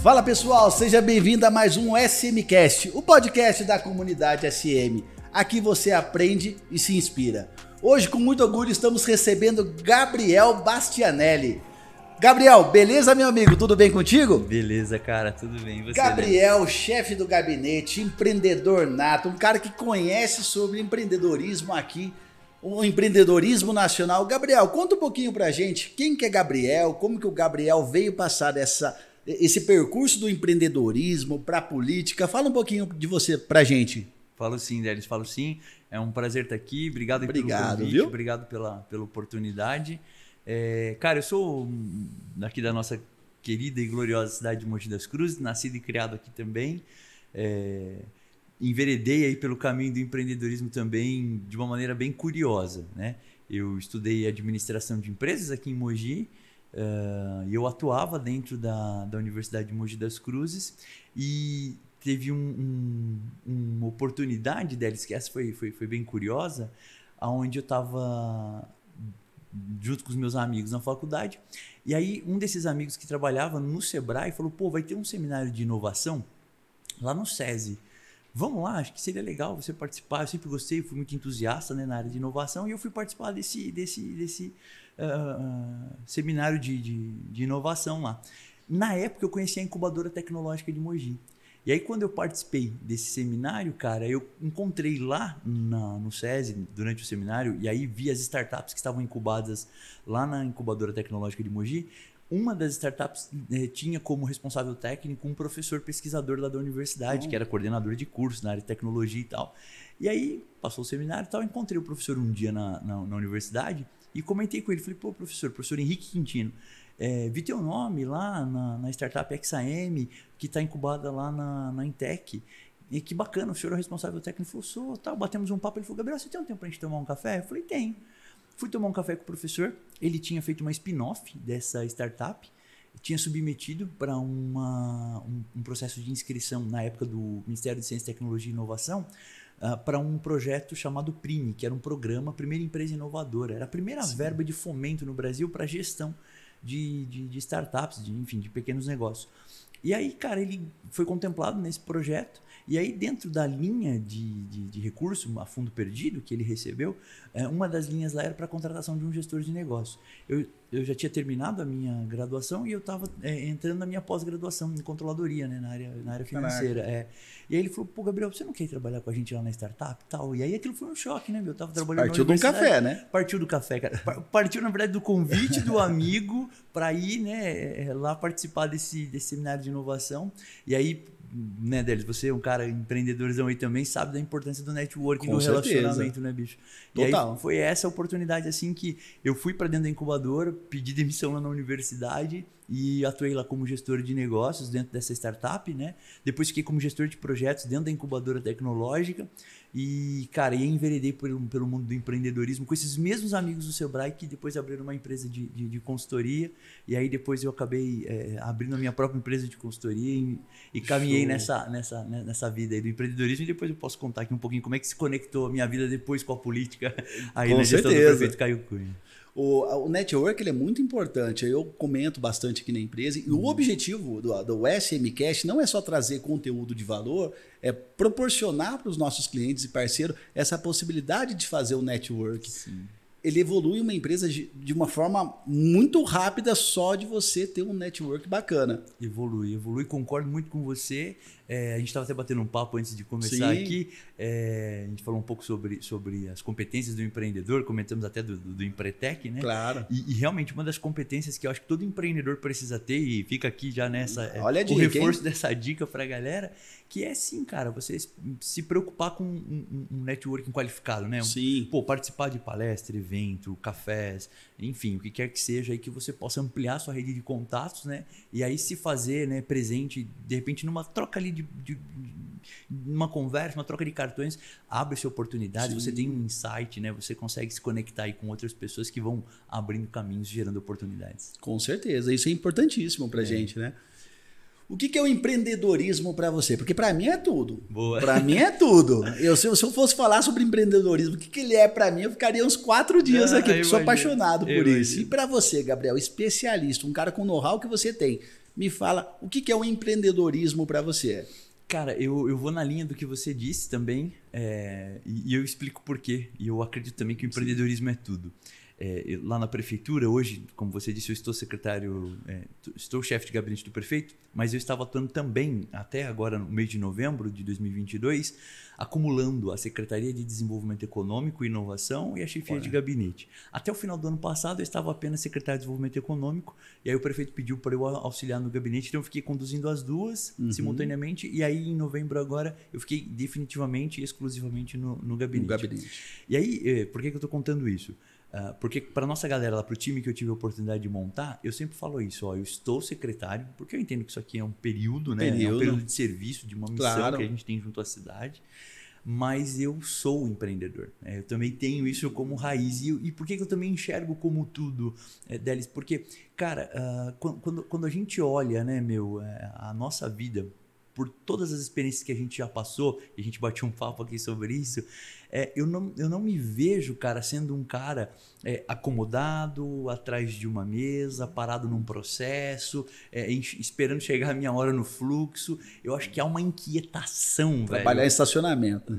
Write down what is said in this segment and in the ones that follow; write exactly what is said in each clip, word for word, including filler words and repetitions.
Fala pessoal, seja bem-vindo a mais um SMcast, o podcast da comunidade S M. Aqui você aprende e se inspira. Hoje, com muito orgulho, estamos recebendo Gabriel Bastianelli. Gabriel, beleza, meu amigo? Tudo bem contigo? Beleza, cara, tudo bem. E você, Gabriel, né? Chefe do gabinete, empreendedor nato, um cara que conhece sobre empreendedorismo aqui, o empreendedorismo nacional. Gabriel, conta um pouquinho pra gente quem que é Gabriel, como que o Gabriel veio passar dessa... esse percurso do empreendedorismo para a política. Fala um pouquinho de você pra gente. Falo sim, Délis, falo sim. É um prazer estar aqui. Obrigado, Obrigado pelo convite, viu? Obrigado pela, pela oportunidade. É, cara, eu sou daqui da nossa querida e gloriosa cidade de Mogi das Cruzes, nascido e criado aqui também. É, enveredei aí pelo caminho do empreendedorismo também de uma maneira bem curiosa, né? Eu estudei administração de empresas aqui em Mogi. Uh, eu atuava dentro da, da Universidade de Mogi das Cruzes e teve um, um, uma oportunidade deles, que essa foi, foi, foi bem curiosa, onde eu estava junto com os meus amigos na faculdade, e aí um desses amigos que trabalhava no Sebrae falou, pô, vai ter um seminário de inovação lá no SESI. Vamos lá, acho que seria legal você participar. Eu sempre gostei, fui muito entusiasta, né, na área de inovação, e eu fui participar desse, desse, desse uh, seminário de, de, de inovação lá. Na época eu conheci a incubadora tecnológica de Mogi. E aí quando eu participei desse seminário, cara, eu encontrei lá na, no SESI, durante o seminário, e aí vi as startups que estavam incubadas lá na incubadora tecnológica de Mogi. Uma das startups eh, tinha como responsável técnico um professor pesquisador lá da universidade, oh. que era coordenador de curso na área de tecnologia e tal. E aí, passou o seminário e tal, encontrei o professor um dia na, na, na universidade e comentei com ele. Falei, pô, professor, professor Henrique Quintino, é, vi teu nome lá na, na startup X A M, que está incubada lá na, na Intec. E que bacana, o senhor é o responsável técnico. Ele falou, sou, tal, batemos um papo. Ele falou, Gabriel, você tem um tempo para a gente tomar um café? Eu falei, tenho. Fui tomar um café com o professor, ele tinha feito uma spin-off dessa startup, tinha submetido para uma, um, um processo de inscrição na época do Ministério de Ciência, Tecnologia e Inovação, uh, para um projeto chamado PRIME, que era um programa, Primeira Empresa Inovadora. Era a primeira Sim. verba de fomento no Brasil para gestão de, de, de startups, de, enfim, de pequenos negócios. E aí, cara, ele foi contemplado nesse projeto. E aí, dentro da linha de, de, de recurso a fundo perdido que ele recebeu, é, uma das linhas lá era para a contratação de um gestor de negócio. Eu, eu já tinha terminado a minha graduação e eu estava é, entrando na minha pós-graduação em controladoria, né, na área, na área financeira. É. E aí ele falou, pô, Gabriel, você não quer ir trabalhar com a gente lá na startup e tal? E aí aquilo foi um choque, né, meu? Eu tava trabalhando Partiu de um café, né? Partiu do café, cara. Partiu, na verdade, do convite do amigo para ir, né, lá participar desse, desse seminário de inovação. E aí, né, Délis, você é um cara empreendedorzão aí também, sabe da importância do networking, com do certeza. Relacionamento, né, bicho? Total. E aí foi essa oportunidade, assim, que eu fui para dentro da incubadora, pedi demissão lá na universidade e atuei lá como gestor de negócios dentro dessa startup, né? Depois fiquei como gestor de projetos dentro da incubadora tecnológica e, cara, e enveredei pelo, pelo mundo do empreendedorismo com esses mesmos amigos do Sebrae que depois abriram uma empresa de, de, de consultoria e aí depois eu acabei é, abrindo a minha própria empresa de consultoria e, e caminhei nessa, nessa, nessa vida aí do empreendedorismo e depois eu posso contar aqui um pouquinho como é que se conectou a minha vida depois com a política aí com na gestão certeza. do prefeito Caio Cunha. O, o network ele é muito importante, eu comento bastante aqui na empresa e hum. o objetivo do, do SMcast não é só trazer conteúdo de valor, é proporcionar para os nossos clientes e parceiros essa possibilidade de fazer o network. Sim. Ele evolui uma empresa de, de uma forma muito rápida só de você ter um network bacana. Evolui, evolui, concordo muito com você. É, a gente estava até batendo um papo antes de começar Sim. aqui. É, a gente falou um pouco sobre, sobre as competências do empreendedor, comentamos até do, do, do Empretec, né? Claro. E, e realmente uma das competências que eu acho que todo empreendedor precisa ter, e fica aqui já nessa Olha a o dica, reforço hein? dessa dica para a galera, que é sim, cara, você se preocupar com um, um networking qualificado, né? Sim. Pô, participar de palestra, evento, cafés, enfim, o que quer que seja aí que você possa ampliar sua rede de contatos, né? E aí se fazer, né, presente, de repente numa troca ali de, de, de uma conversa, uma troca de cartões, abre-se oportunidades, Sim. você tem um insight, né? Você consegue se conectar aí com outras pessoas que vão abrindo caminhos, gerando oportunidades. Com certeza, isso é importantíssimo pra é. gente, né? O que, que é o empreendedorismo para você? Porque para mim é tudo. Para mim é tudo. Eu, se, eu, se eu fosse falar sobre empreendedorismo, o que, que ele é para mim, eu ficaria uns quatro dias ah, aqui, porque sou apaixonado por isso. E para você, Gabriel, especialista, um cara com know-how que você tem, Me fala, o que, que é o empreendedorismo para você? Cara, eu, eu vou na linha do que você disse também, é, e, e eu explico por quê. E eu acredito também que o empreendedorismo é tudo. É, eu, lá na prefeitura, hoje, como você disse, eu estou secretário, é, estou chefe de gabinete do prefeito, mas eu estava atuando também, até agora no mês de novembro de dois mil e vinte e dois, acumulando a Secretaria de Desenvolvimento Econômico e Inovação e a chefia Olha. de gabinete. Até o final do ano passado, eu estava apenas secretário de Desenvolvimento Econômico, e aí o prefeito pediu para eu auxiliar no gabinete, então eu fiquei conduzindo as duas uhum. simultaneamente, e aí em novembro agora, eu fiquei definitivamente e exclusivamente no, no gabinete. No gabinete. E aí, por que, que eu estou contando isso? Uh, porque para nossa galera, para o time que eu tive a oportunidade de montar, eu sempre falo isso, ó, eu estou secretário, porque eu entendo que isso aqui é um período, né? Período. É um período de serviço, de uma missão claro. que a gente tem junto à cidade, mas eu sou empreendedor, né? Eu também tenho isso como raiz, e, e por que, que eu também enxergo como tudo, é, Delis? Porque, cara, uh, quando, quando a gente olha, né, meu, é, a nossa vida, por todas as experiências que a gente já passou, e a gente bateu um papo aqui sobre isso, é, eu, não, eu não me vejo, cara, sendo um cara é, acomodado, atrás de uma mesa, parado num processo, é, esperando chegar a minha hora no fluxo. Eu acho que há uma inquietação, Trabalhar velho. em estacionamento.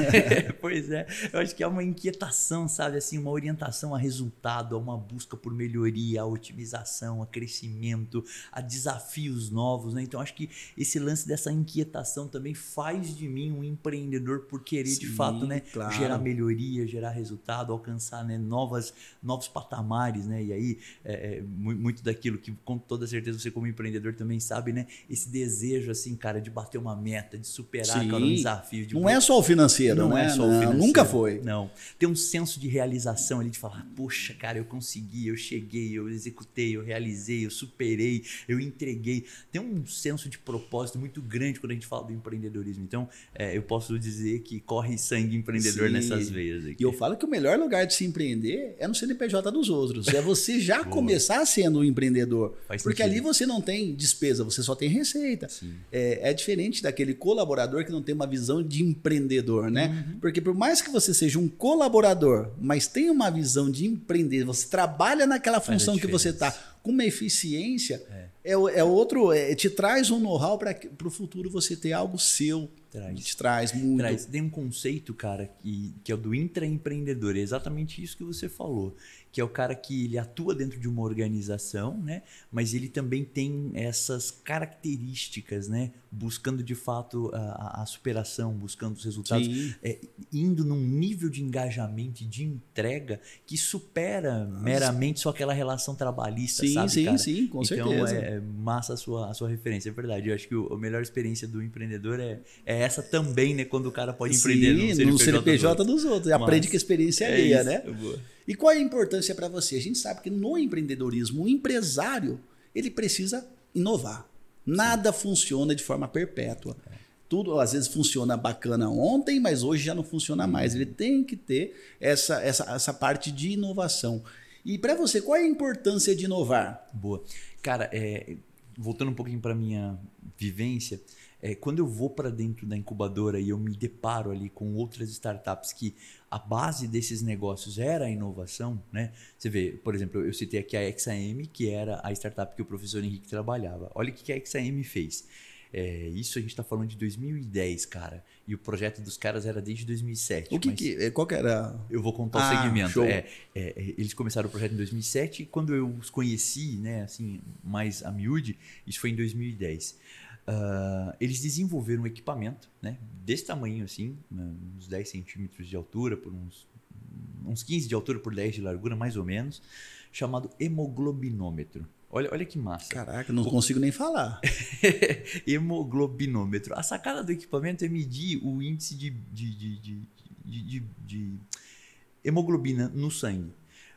Pois é, eu acho que há uma inquietação, sabe? Assim, uma orientação a resultado, a uma busca por melhoria, a otimização, a crescimento, a desafios novos, né? Então, acho que esse lance dessa inquietação também faz de mim um empreendedor por querer, Sim, de fato, né? Claro. Gerar melhoria, gerar resultado, alcançar, né, novas, novos patamares, né? E aí, é, é, muito daquilo que, com toda certeza, você como empreendedor também sabe, né? Esse desejo, assim, cara, de bater uma meta, de superar Sim. cara, um desafio. De não é só o financeiro, não né? é só o não, financeiro. Nunca foi. Não. Tem um senso de realização ali, de falar, poxa, cara, eu consegui, eu cheguei, eu executei, eu realizei, eu superei, eu entreguei. Tem um senso de propósito muito grande quando a gente fala do empreendedorismo. Então, é, eu posso dizer que corre sangue empreendedor Sim. nessas veias aqui. E eu falo que o melhor lugar de se empreender é no C N P J dos outros. É você já começar sendo um empreendedor. Faz porque sentido. Ali você não tem despesa, você só tem receita. É, é diferente daquele colaborador que não tem uma visão de empreendedor, né? Uhum. Porque por mais que você seja um colaborador, mas tem uma visão de empreender, você trabalha naquela função que você está com uma eficiência, é, é, é outro, é, te traz um know-how para o futuro você ter algo seu. Traz. Te traz muito. Traz. Tem um conceito, cara, que, que é o do intraempreendedor. É exatamente isso que você falou. Que é o cara que ele atua dentro de uma organização, né? Mas ele também tem essas características, né? Buscando de fato a, a superação, buscando os resultados, é, indo num nível de engajamento e de entrega que supera Nossa. meramente só aquela relação trabalhista, sim, sabe, sim, cara? Sim, com então, certeza. É, é massa a sua, a sua referência, é verdade. Eu acho que o, a melhor experiência do empreendedor é, é essa também, né? Quando o cara pode sim, empreender no C N P J, no C N P J dos outros. Mas aprende com a experiência alheia, é né? E qual é a importância para você? A gente sabe que no empreendedorismo, o empresário, ele precisa inovar. Nada Sim. funciona de forma perpétua. É. Tudo, às vezes, funciona bacana ontem, mas hoje já não funciona mais. Ele tem que ter essa, essa, essa parte de inovação. E para você, qual é a importância de inovar? Boa. Cara, é, voltando um pouquinho para a minha vivência, é, quando eu vou para dentro da incubadora e eu me deparo ali com outras startups que a base desses negócios era a inovação, né? Você vê, por exemplo, eu citei aqui a Exaem, que era a startup que o professor Henrique trabalhava. Olha o que a Exaem fez. É, isso a gente está falando de dois mil e dez, cara. E o projeto dos caras era desde dois mil e sete. O que, que qual que era? Eu vou contar ah, o segmento. É, é, eles começaram o projeto em dois mil e sete e quando eu os conheci, né, assim, mais a miúde, isso foi em dois mil e dez. Uh, eles desenvolveram um equipamento, né, desse tamanho assim, uns dez centímetros de altura, por uns, uns quinze de altura por dez de largura, mais ou menos, chamado hemoglobinômetro. Olha, olha que massa. Caraca, não o... consigo nem falar. Hemoglobinômetro. A sacada do equipamento é medir o índice de, de, de, de, de, de, de hemoglobina no sangue.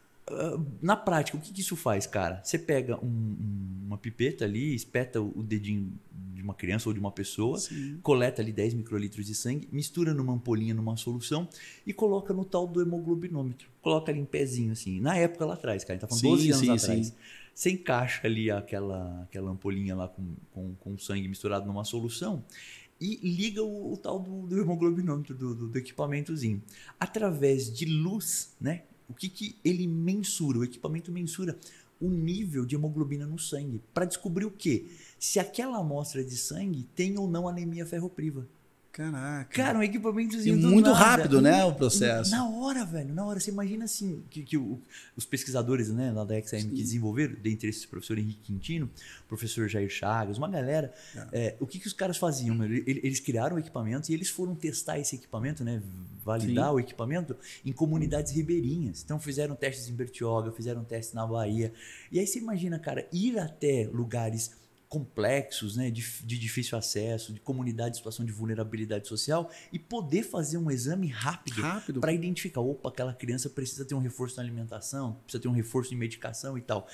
Uh, na prática, o que, que isso faz, cara? Você pega um, um, uma pipeta ali, espeta o dedinho de uma criança ou de uma pessoa, Sim. coleta ali dez microlitros de sangue, mistura numa ampolinha, numa solução e coloca no tal do hemoglobinômetro. Coloca ali em pezinho, assim. Na época lá atrás, cara, a gente tá falando sim, doze anos sim, atrás. Sim. Você encaixa ali aquela, aquela ampolinha lá com, com, com sangue misturado numa solução e liga o, o tal do, do hemoglobinômetro, do, do, do equipamentozinho. Através de luz, né? O que, que ele mensura? O equipamento mensura o nível de hemoglobina no sangue, para descobrir o quê? Se aquela amostra de sangue tem ou não anemia ferropriva. Caraca. Cara, um equipamento e muito nada. rápido, né, o processo. Na hora, velho, na hora. Você imagina assim, que, que o, os pesquisadores, né, lá da X A M que desenvolveram, dentre esses o professor Henrique Quintino, o professor Jair Chagas, uma galera, é. É, o que, que os caras faziam? Eles criaram o equipamento e eles foram testar esse equipamento, né, validar Sim. o equipamento em comunidades ribeirinhas. Então fizeram testes em Bertioga, fizeram testes na Bahia. E aí você imagina, cara, ir até lugares complexos, né, de, de difícil acesso, de comunidade em situação de vulnerabilidade social e poder fazer um exame rápido, rápido. para identificar, opa, aquela criança precisa ter um reforço na alimentação, precisa ter um reforço em medicação e tal.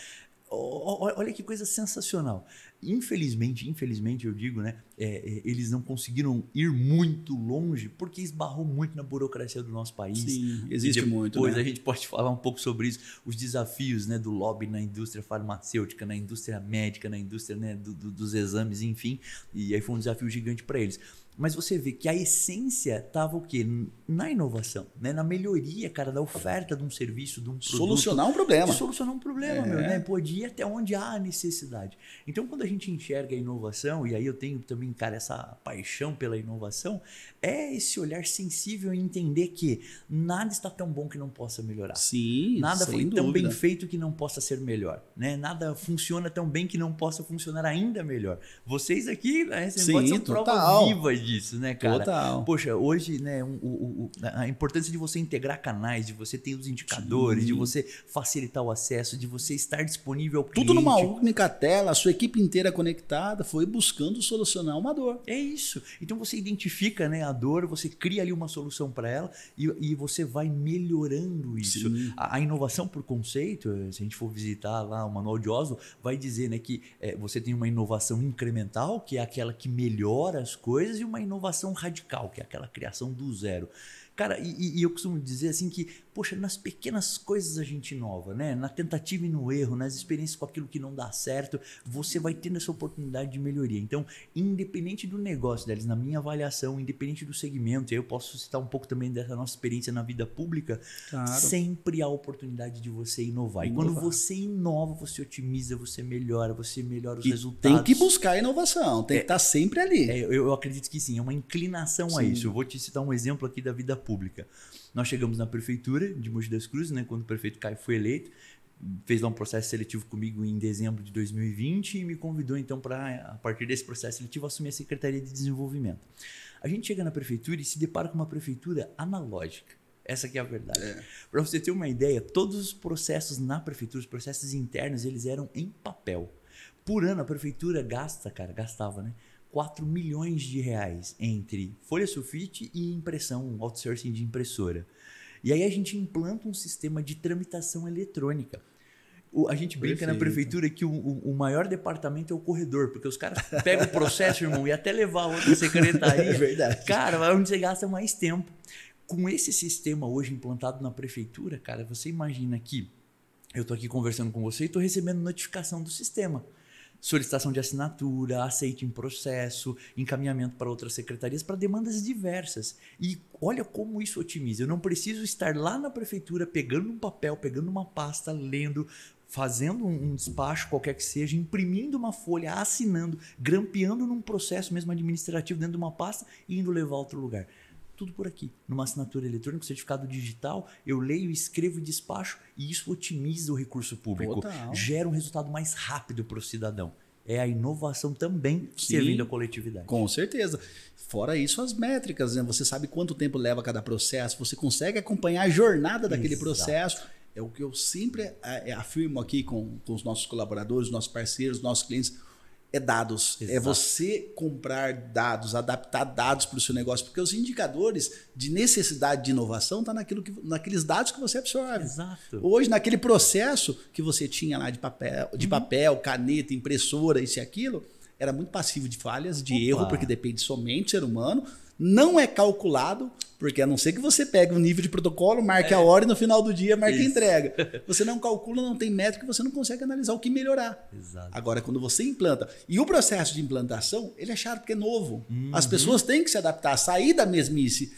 Olha que coisa sensacional. Infelizmente, infelizmente eu digo, né, é, é, eles não conseguiram ir muito longe porque esbarrou muito na burocracia do nosso país. Sim, existe depois, muito. Depois né? a gente pode falar um pouco sobre isso, os desafios, né, do lobby na indústria farmacêutica, na indústria médica, na indústria, né, do, do, dos exames, enfim. E aí foi um desafio gigante para eles. Mas você vê que a essência estava o quê? Na inovação, né? Na melhoria, cara, da oferta de um serviço, de um produto. Solucionar um problema. De solucionar um problema, é. meu, né? Pode ir até onde há a necessidade. Então, quando a gente enxerga a inovação, e aí eu tenho também, cara, essa paixão pela inovação, é esse olhar sensível e entender que nada está tão bom que não possa melhorar. Sim, Nada sem foi dúvida. tão bem feito que não possa ser melhor, né? Nada funciona tão bem que não possa funcionar ainda melhor. Vocês aqui, né, vocês Sim, são total. prova viva disso, né, cara? Total. Poxa, hoje, né, um, um, um, a importância de você integrar canais, de você ter os indicadores, Sim. de você facilitar o acesso, de você estar disponível ao cliente. Tudo numa única tela, a sua equipe inteira conectada, foi buscando solucionar uma dor. É isso. Então você identifica, né, a dor, você cria ali uma solução para ela e, e você vai melhorando isso. A, a inovação por conceito, se a gente for visitar lá o Manual de Oslo, vai dizer, né, que é, você tem uma inovação incremental, que é aquela que melhora as coisas, e uma inovação radical, que é aquela criação do zero. Cara, e, e eu costumo dizer assim que, poxa, nas pequenas coisas a gente inova, né? Na tentativa e no erro, nas experiências com aquilo que não dá certo, você vai tendo essa oportunidade de melhoria. Então, independente do negócio deles, na minha avaliação, independente do segmento, e aí eu posso citar um pouco também dessa nossa experiência na vida pública, claro. Sempre há oportunidade de você inovar. inovar. E quando você inova, você otimiza, você melhora, você melhora os e resultados. Tem que buscar inovação, tem é, que estar sempre ali. É, eu, eu acredito que sim, é uma inclinação sim. a isso. Eu vou te citar um exemplo aqui da vida pública. Nós chegamos na prefeitura de Mogi das Cruzes, né, quando o prefeito Caio foi eleito, fez lá um processo seletivo comigo em dezembro de dois mil e vinte e me convidou então para, a partir desse processo seletivo, assumir a Secretaria de Desenvolvimento. A gente chega na prefeitura e se depara com uma prefeitura analógica. Essa que é a verdade. É. Para você ter uma ideia, todos os processos na prefeitura, os processos internos, eles eram em papel. Por ano a prefeitura gasta, cara, gastava, né? quatro milhões de reais entre folha sulfite e impressão, outsourcing de impressora. E aí a gente implanta um sistema de tramitação eletrônica. O, a gente brinca Perfeito. Na prefeitura que o, o, o maior departamento é o corredor, porque os caram pegam o processo, irmão, e até levar a outra secretaria. É verdade. Cara, vai onde você gasta mais tempo. Com esse sistema hoje implantado na prefeitura, cara, você imagina que eu estou aqui conversando com você e estou recebendo notificação do sistema. Solicitação de assinatura, aceite em processo, encaminhamento para outras secretarias, para demandas diversas. E olha como isso otimiza. Eu não preciso estar lá na prefeitura pegando um papel, pegando uma pasta, lendo, fazendo um despacho qualquer que seja, imprimindo uma folha, assinando, grampeando num processo mesmo administrativo dentro de uma pasta e indo levar a outro lugar. Tudo por aqui, numa assinatura eletrônica, certificado digital, eu leio, escrevo e despacho e isso otimiza o recurso público. Total. Gera um resultado mais rápido para o cidadão. É a inovação também Sim, servindo a coletividade. Com certeza. Fora isso, as métricas, né? Você sabe quanto tempo leva cada processo, você consegue acompanhar a jornada daquele Exato. Processo. É o que eu sempre afirmo aqui com, com os nossos colaboradores, nossos parceiros, nossos clientes. É dados, Exato. É você comprar dados, adaptar dados para o seu negócio, porque os indicadores de necessidade de inovação estão naquilo que, naqueles dados que você absorve. Exato. Hoje, naquele processo que você tinha lá de papel, de uhum. papel, caneta, impressora, isso e aquilo, era muito passivo de falhas, de Opa. Erro, porque depende somente do ser humano, não é calculado, porque a não ser que você pegue um nível de protocolo, marque é. a hora e no final do dia marque Isso. a entrega. Você não calcula, não tem métrica, você não consegue analisar o que melhorar. Exato. Agora, quando você implanta, e o processo de implantação, ele é chato porque é novo. Uhum. As pessoas têm que se adaptar, sair da mesmice.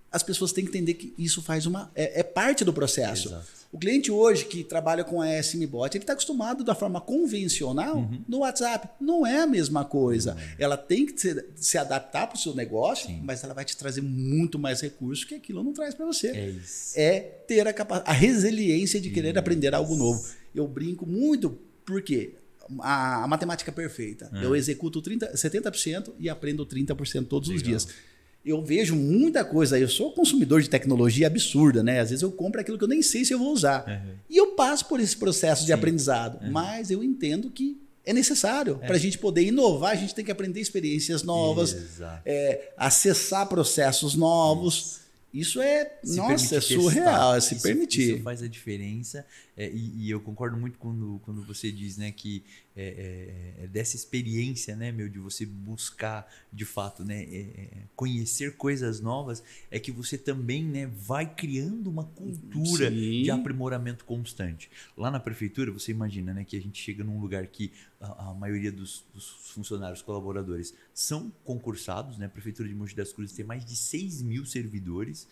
as pessoas têm que entender que isso faz uma é, é parte do processo. Exato. O cliente hoje que trabalha com a SMBot, ele está acostumado da forma convencional uhum. no WhatsApp. Não é a mesma coisa. Uhum. Ela tem que se, se adaptar para o seu negócio, Sim. mas ela vai te trazer muito mais recursos que aquilo não traz para você. É, isso. é ter a, capa- a resiliência de querer isso. aprender algo novo. Eu brinco muito porque a, a matemática é perfeita. Uhum. Eu executo trinta, setenta por cento e aprendo trinta por cento todos Legal. os dias. Eu vejo muita coisa, eu sou consumidor de tecnologia absurda, né? Às vezes eu compro aquilo que eu nem sei se eu vou usar. Uhum. E eu passo por esse processo Sim. de aprendizado, uhum. mas eu entendo que é necessário. É. Para a gente poder inovar, a gente tem que aprender experiências novas, é, acessar processos novos. Isso. Isso é, se nossa, é surreal, é se isso, permitir. Isso faz a diferença é, e, e eu concordo muito quando, quando você diz, né, que é, é, é dessa experiência, né, meu, de você buscar, de fato, né, é, conhecer coisas novas, é que você também, né, vai criando uma cultura Sim. de aprimoramento constante. Lá na prefeitura, você imagina, né, que a gente chega num lugar que a, a maioria dos, dos funcionários, colaboradores, são concursados, né, a Prefeitura de Mogi das Cruzes tem mais de seis mil servidores.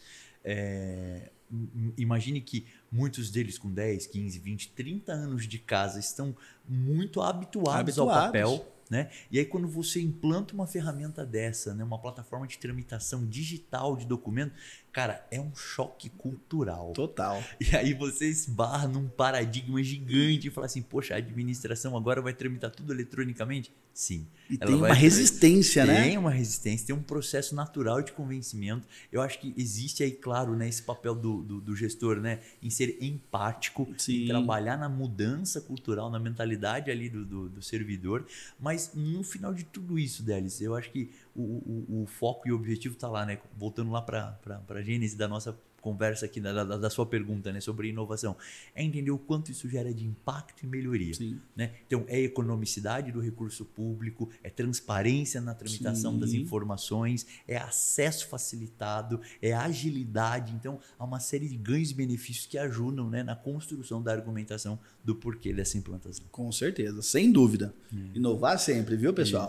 É, imagine que muitos deles com dez, quinze, vinte, trinta anos de casa estão muito habituados, habituados. ao papel. Né? E aí quando você implanta uma ferramenta dessa, né, uma plataforma de tramitação digital de documento, cara, é um choque cultural. Total. E aí você esbarra num paradigma gigante e fala assim, poxa, a administração agora vai tramitar tudo eletronicamente? Sim. E tem uma resistência, né? Tem uma resistência, tem um processo natural de convencimento. Eu acho que existe aí, claro, né, esse papel do, do, do gestor, né, em ser empático, Sim. em trabalhar na mudança cultural, na mentalidade ali do, do, do servidor. Mas no final de tudo isso, Délis, eu acho que o, o, o foco e o objetivo está lá, né? Voltando lá para a gênese da nossa conversa aqui, da, da, da sua pergunta, né, sobre inovação, é entender o quanto isso gera de impacto e melhoria. Sim. Né? Então, é economicidade do recurso público, é transparência na tramitação Sim. das informações, é acesso facilitado, é agilidade. Então, há uma série de ganhos e benefícios que ajudam, né, na construção da argumentação do porquê dessa implantação. Com certeza, sem dúvida. Hum. Inovar sempre, viu, pessoal?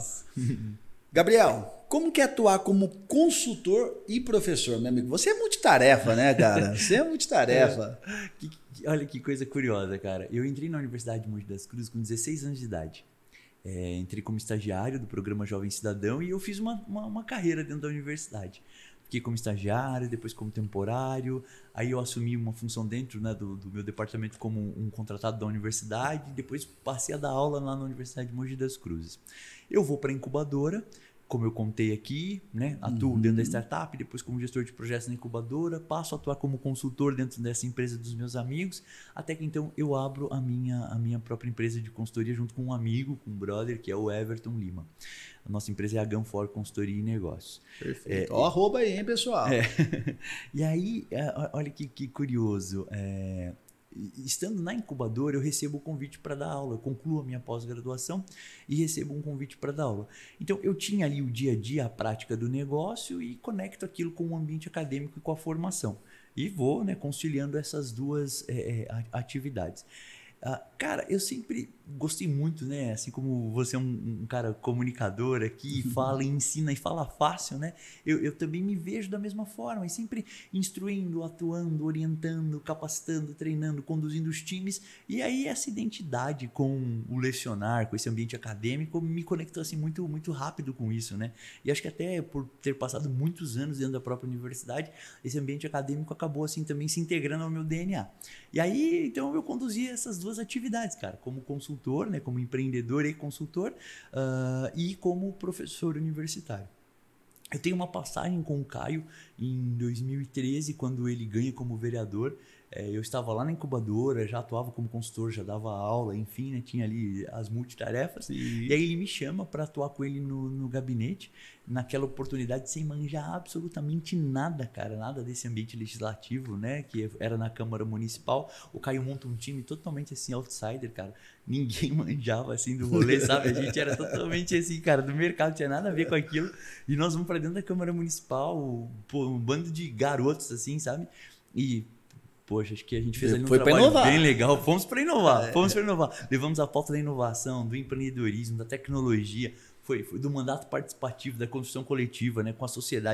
Gabriel, como que é atuar como consultor e professor, meu amigo? Você é multitarefa, né, cara? Você é multitarefa. É. Que, que, olha que coisa curiosa, cara. Eu entrei na Universidade de Mogi das Cruzes com dezesseis anos de idade. É, entrei como estagiário do programa Jovem Cidadão e eu fiz uma, uma, uma carreira dentro da universidade. Fiquei como estagiário, depois como temporário. Aí eu assumi uma função dentro, né, do, do meu departamento como um, um contratado da universidade. Depois passei a dar aula lá na Universidade de Mogi das Cruzes. Eu vou para a incubadora, como eu contei aqui, né? Atuo uhum. dentro da startup, depois como gestor de projetos na incubadora, passo a atuar como consultor dentro dessa empresa dos meus amigos, até que então eu abro a minha, a minha própria empresa de consultoria junto com um amigo, com um brother, que é o Everton Lima. A nossa empresa é a Ganfor Consultoria e Negócios. Perfeito. É, Ó, arroba aí, hein, pessoal? É. E aí, olha que, que curioso, é... estando na incubadora, eu recebo o convite para dar aula. Eu concluo a minha pós-graduação e recebo um convite para dar aula. Então, eu tinha ali o dia a dia, a prática do negócio e conecto aquilo com o ambiente acadêmico e com a formação. E vou, né, conciliando essas duas é, atividades. Ah, cara, eu sempre gostei muito, né? Assim como você é um, um cara comunicador aqui, fala e ensina e fala fácil, né? Eu, eu também me vejo da mesma forma e sempre instruindo, atuando, orientando, capacitando, treinando, conduzindo os times. E aí essa identidade com o lecionar, com esse ambiente acadêmico, me conectou assim muito, muito rápido com isso, né? E acho que até por ter passado muitos anos dentro da própria universidade, esse ambiente acadêmico acabou assim também se integrando ao meu D N A. E aí, então, eu conduzi essas duas atividades, cara, como consultor, né, como empreendedor e consultor, uh, e como professor universitário. Eu tenho uma passagem com o Caio em dois mil e treze, quando ele ganha como vereador. É, eu estava lá na incubadora, já atuava como consultor, já dava aula, enfim, né, tinha ali as multitarefas. Sim. E aí ele me chama para atuar com ele no, no gabinete, naquela oportunidade sem manjar absolutamente nada, cara, nada desse ambiente legislativo, né, que era na Câmara Municipal. O Caio monta um time totalmente assim, outsider, cara. Ninguém manjava assim do rolê, sabe? A gente era totalmente assim, cara, do mercado, não tinha nada a ver com aquilo. E nós vamos para dentro da Câmara Municipal, pô, um bando de garotos assim, sabe? E poxa, acho que a gente fez ali um Foi trabalho inovar. bem legal. Fomos para inovar, é. fomos para inovar. Levamos a pauta da inovação, do empreendedorismo, da tecnologia, foi, foi do mandato participativo, da construção coletiva, né, com a sociedade.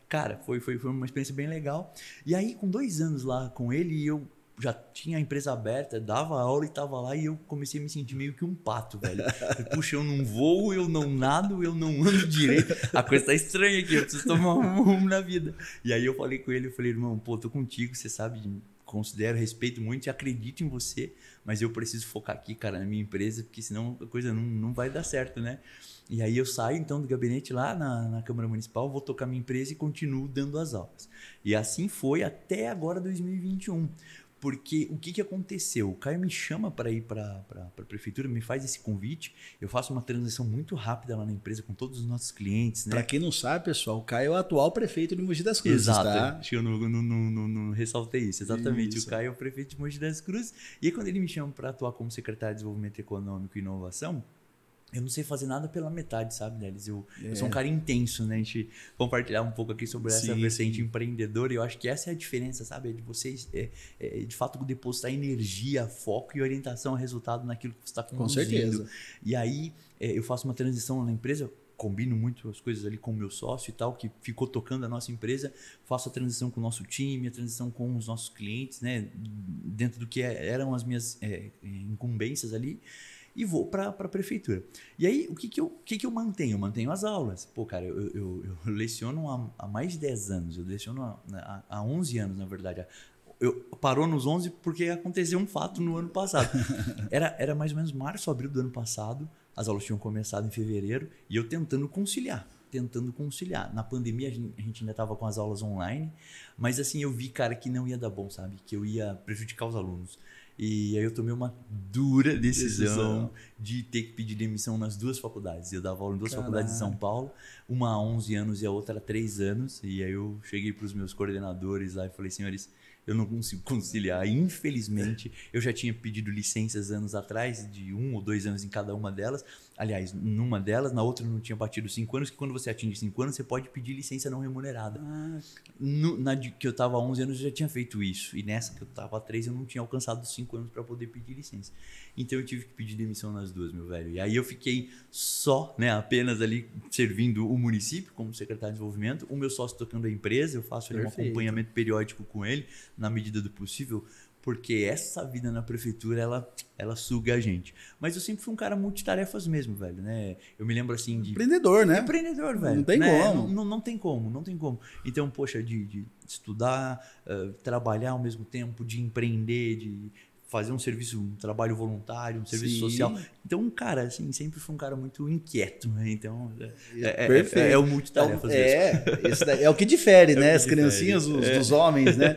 Cara, foi, foi, foi uma experiência bem legal. E aí, com dois anos lá com ele, eu já tinha a empresa aberta, dava aula e tava lá, e eu comecei a me sentir meio que um pato, velho. Puxa, eu não voo, eu não nado, eu não ando direito. A coisa tá estranha aqui, eu preciso tomar um rumo na vida. E aí eu falei com ele, eu falei, irmão, pô, tô contigo, você sabe, considero, respeito muito e acredito em você, mas eu preciso focar aqui, cara, na minha empresa, porque senão a coisa não, não vai dar certo, né? E aí eu saio então do gabinete lá na, na Câmara Municipal, vou tocar minha empresa e continuo dando as aulas. E assim foi até agora dois mil e vinte e um. Porque o que, que aconteceu? O Caio me chama para ir para a prefeitura, me faz esse convite. Eu faço uma transição muito rápida lá na empresa com todos os nossos clientes. Né? Para quem não sabe, pessoal, o Caio é o atual prefeito de Mogi das Cruzes. Exato, tá? acho que eu não, não, não, não, não ressaltei isso. Exatamente, isso. O Caio é o prefeito de Mogi das Cruzes. E aí quando ele me chama para atuar como secretário de Desenvolvimento Econômico e Inovação, eu não sei fazer nada pela metade, sabe, Nelis? Eu, é. eu sou um cara intenso, né? A gente compartilhar um pouco aqui sobre essa sim, vertente sim. empreendedora. E eu acho que essa é a diferença, sabe? É de vocês, é, é, de fato, depositar energia, foco e orientação a resultado naquilo que você está conduzindo. Com certeza. E aí, é, eu faço uma transição na empresa, combino muito as coisas ali com o meu sócio e tal, que ficou tocando a nossa empresa. Faço a transição com o nosso time, a transição com os nossos clientes, né? Dentro do que eram as minhas é, incumbências ali. E vou para a prefeitura. E aí, o que, que, eu, o que, que eu mantenho? Eu mantenho as aulas. Pô, cara, eu, eu, eu leciono há, há mais de dez anos. Eu leciono há, há onze anos, na verdade. Eu parou nos onze porque aconteceu um fato no ano passado. Era, era mais ou menos março, abril do ano passado. As aulas tinham começado em fevereiro. E eu tentando conciliar. Tentando conciliar. Na pandemia, a gente, a gente ainda estava com as aulas online. Mas assim, eu vi, cara, que não ia dar bom, sabe? Que eu ia prejudicar os alunos. E aí eu tomei uma dura decisão, decisão de ter que pedir demissão nas duas faculdades. Eu dava aula em duas Caralho. faculdades de São Paulo, uma há onze anos e a outra há três anos. E aí eu cheguei para os meus coordenadores lá e falei, senhores, eu não consigo conciliar. Infelizmente, eu já tinha pedido licenças anos atrás, de um ou dois anos em cada uma delas. Aliás, numa delas, na outra não tinha batido cinco anos, que quando você atinge cinco anos, você pode pedir licença não remunerada. Ah. No, na de, que eu estava há onze anos, eu já tinha feito isso. E nessa que eu estava há três, eu não tinha alcançado os cinco anos para poder pedir licença. Então, eu tive que pedir demissão nas duas, meu velho. E aí eu fiquei só, né, apenas ali servindo o município como secretário de desenvolvimento. O meu sócio tocando a empresa, eu faço ali um acompanhamento periódico com ele, na medida do possível, porque essa vida na prefeitura, ela, ela suga a gente. Mas eu sempre fui um cara multitarefas mesmo, velho, né? Eu me lembro assim de... Empreendedor, né? Empreendedor, velho. Não tem né? como. Não, não, não tem como, não tem como. Então, poxa, de, de estudar, uh, trabalhar ao mesmo tempo, de empreender, de fazer um serviço, um trabalho voluntário, um serviço Sim. social. Então, cara, assim, sempre fui um cara muito inquieto, né? Então, é, é, é, é o multitarefas é, mesmo. Esse daí é o que difere, é né? As difere. criancinhas os, é. dos homens, né?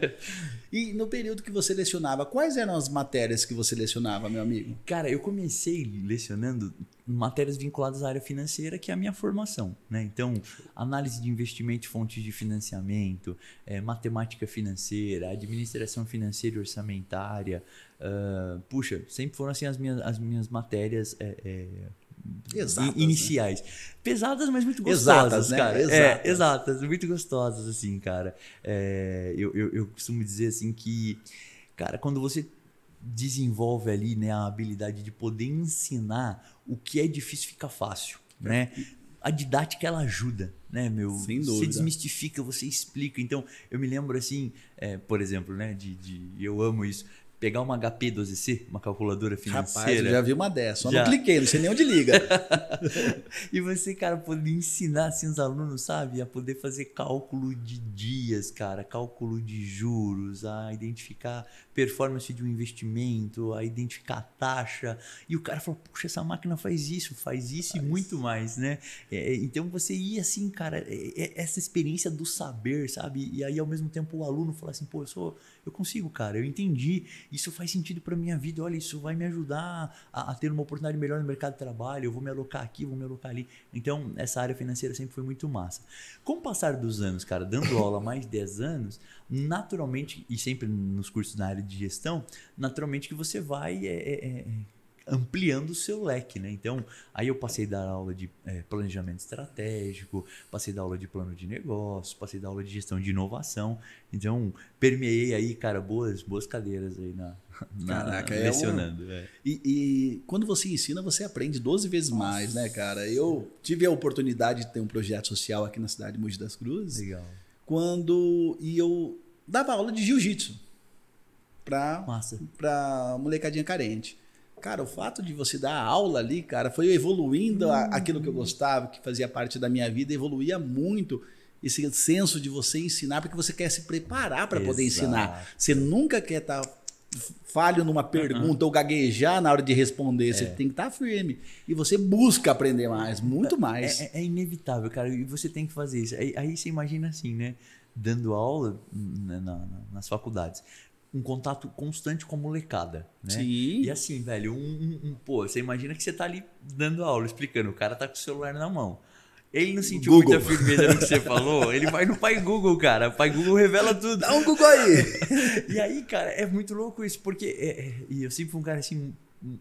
E no período que você lecionava, quais eram as matérias que você lecionava, meu amigo? Cara, eu comecei lecionando matérias vinculadas à área financeira, que é a minha formação, né? Então, análise de investimento e fontes de financiamento, é, matemática financeira, administração financeira e orçamentária. Uh, puxa, sempre foram assim as minhas, as minhas matérias... É, é, Exatas, iniciais. Né? Pesadas, mas muito gostosas, exatas, cara. Né? Exatas. É, exatas, muito gostosas, assim, cara. É, eu, eu, eu costumo dizer assim que, cara, quando você desenvolve ali, né, a habilidade de poder ensinar, o que é difícil fica fácil, é. né? A didática, ela ajuda, né, meu? Sem dúvida. Você desmistifica, você explica. Então, eu me lembro assim, é, por exemplo, né, de, de eu amo isso. Pegar uma H P doze C, uma calculadora financeira. Rapaz, eu já vi uma dessa, só já. não cliquei, não sei nem onde liga. E você, cara, poder ensinar assim, os alunos, sabe? A poder fazer cálculo de dias, cara, cálculo de juros, a identificar performance de um investimento, a identificar a taxa. E o cara falou, puxa, essa máquina faz isso, faz isso faz. E muito mais, né? É, então você ia assim, cara, é, é essa experiência do saber, sabe? E aí ao mesmo tempo o aluno fala assim, pô, eu sou, eu consigo, cara, eu entendi. Isso faz sentido para minha vida, olha, isso vai me ajudar a, a ter uma oportunidade melhor no mercado de trabalho, eu vou me alocar aqui, vou me alocar ali. Então, essa área financeira sempre foi muito massa. Com o passar dos anos, cara, dando aula há mais de dez anos, naturalmente, e sempre nos cursos na área de gestão, naturalmente que você vai... É, é, é, ampliando o seu leque, né? Então, aí eu passei a dar aula de é, planejamento estratégico, passei a dar aula de plano de negócio, passei a dar aula de gestão de inovação. Então, permeei aí, cara, boas, boas cadeiras aí na, na Caraca, lecionando. É um... é. e, e quando você ensina, você aprende doze vezes Nossa. mais, né, cara? Eu tive a oportunidade de ter um projeto social aqui na cidade de Mogi das Cruzes. Legal. quando e eu dava aula de jiu-jitsu para para molecadinha carente. Cara, o fato de você dar aula ali, cara, foi evoluindo hum. aquilo que eu gostava, que fazia parte da minha vida, evoluía muito esse senso de você ensinar, porque você quer se preparar para poder ensinar. Você nunca quer estar tá falho numa pergunta uh-huh. ou gaguejar na hora de responder. É. Você tem que estar tá firme. E você busca aprender mais, muito mais. É, é, é inevitável, cara. E você tem que fazer isso. Aí, aí você imagina assim, né? Dando aula na, na, nas faculdades. Um contato constante com a molecada, né? Sim. E assim, velho, um, um, um, pô, você imagina que você tá ali dando aula, explicando. O cara tá com o celular na mão. Ele não sentiu Google. muita firmeza no que você falou, ele vai no Pai Google, cara. O Pai Google revela tudo. Dá um Google aí. E aí, cara, é muito louco isso, porque é, é, e eu sempre fui um cara assim,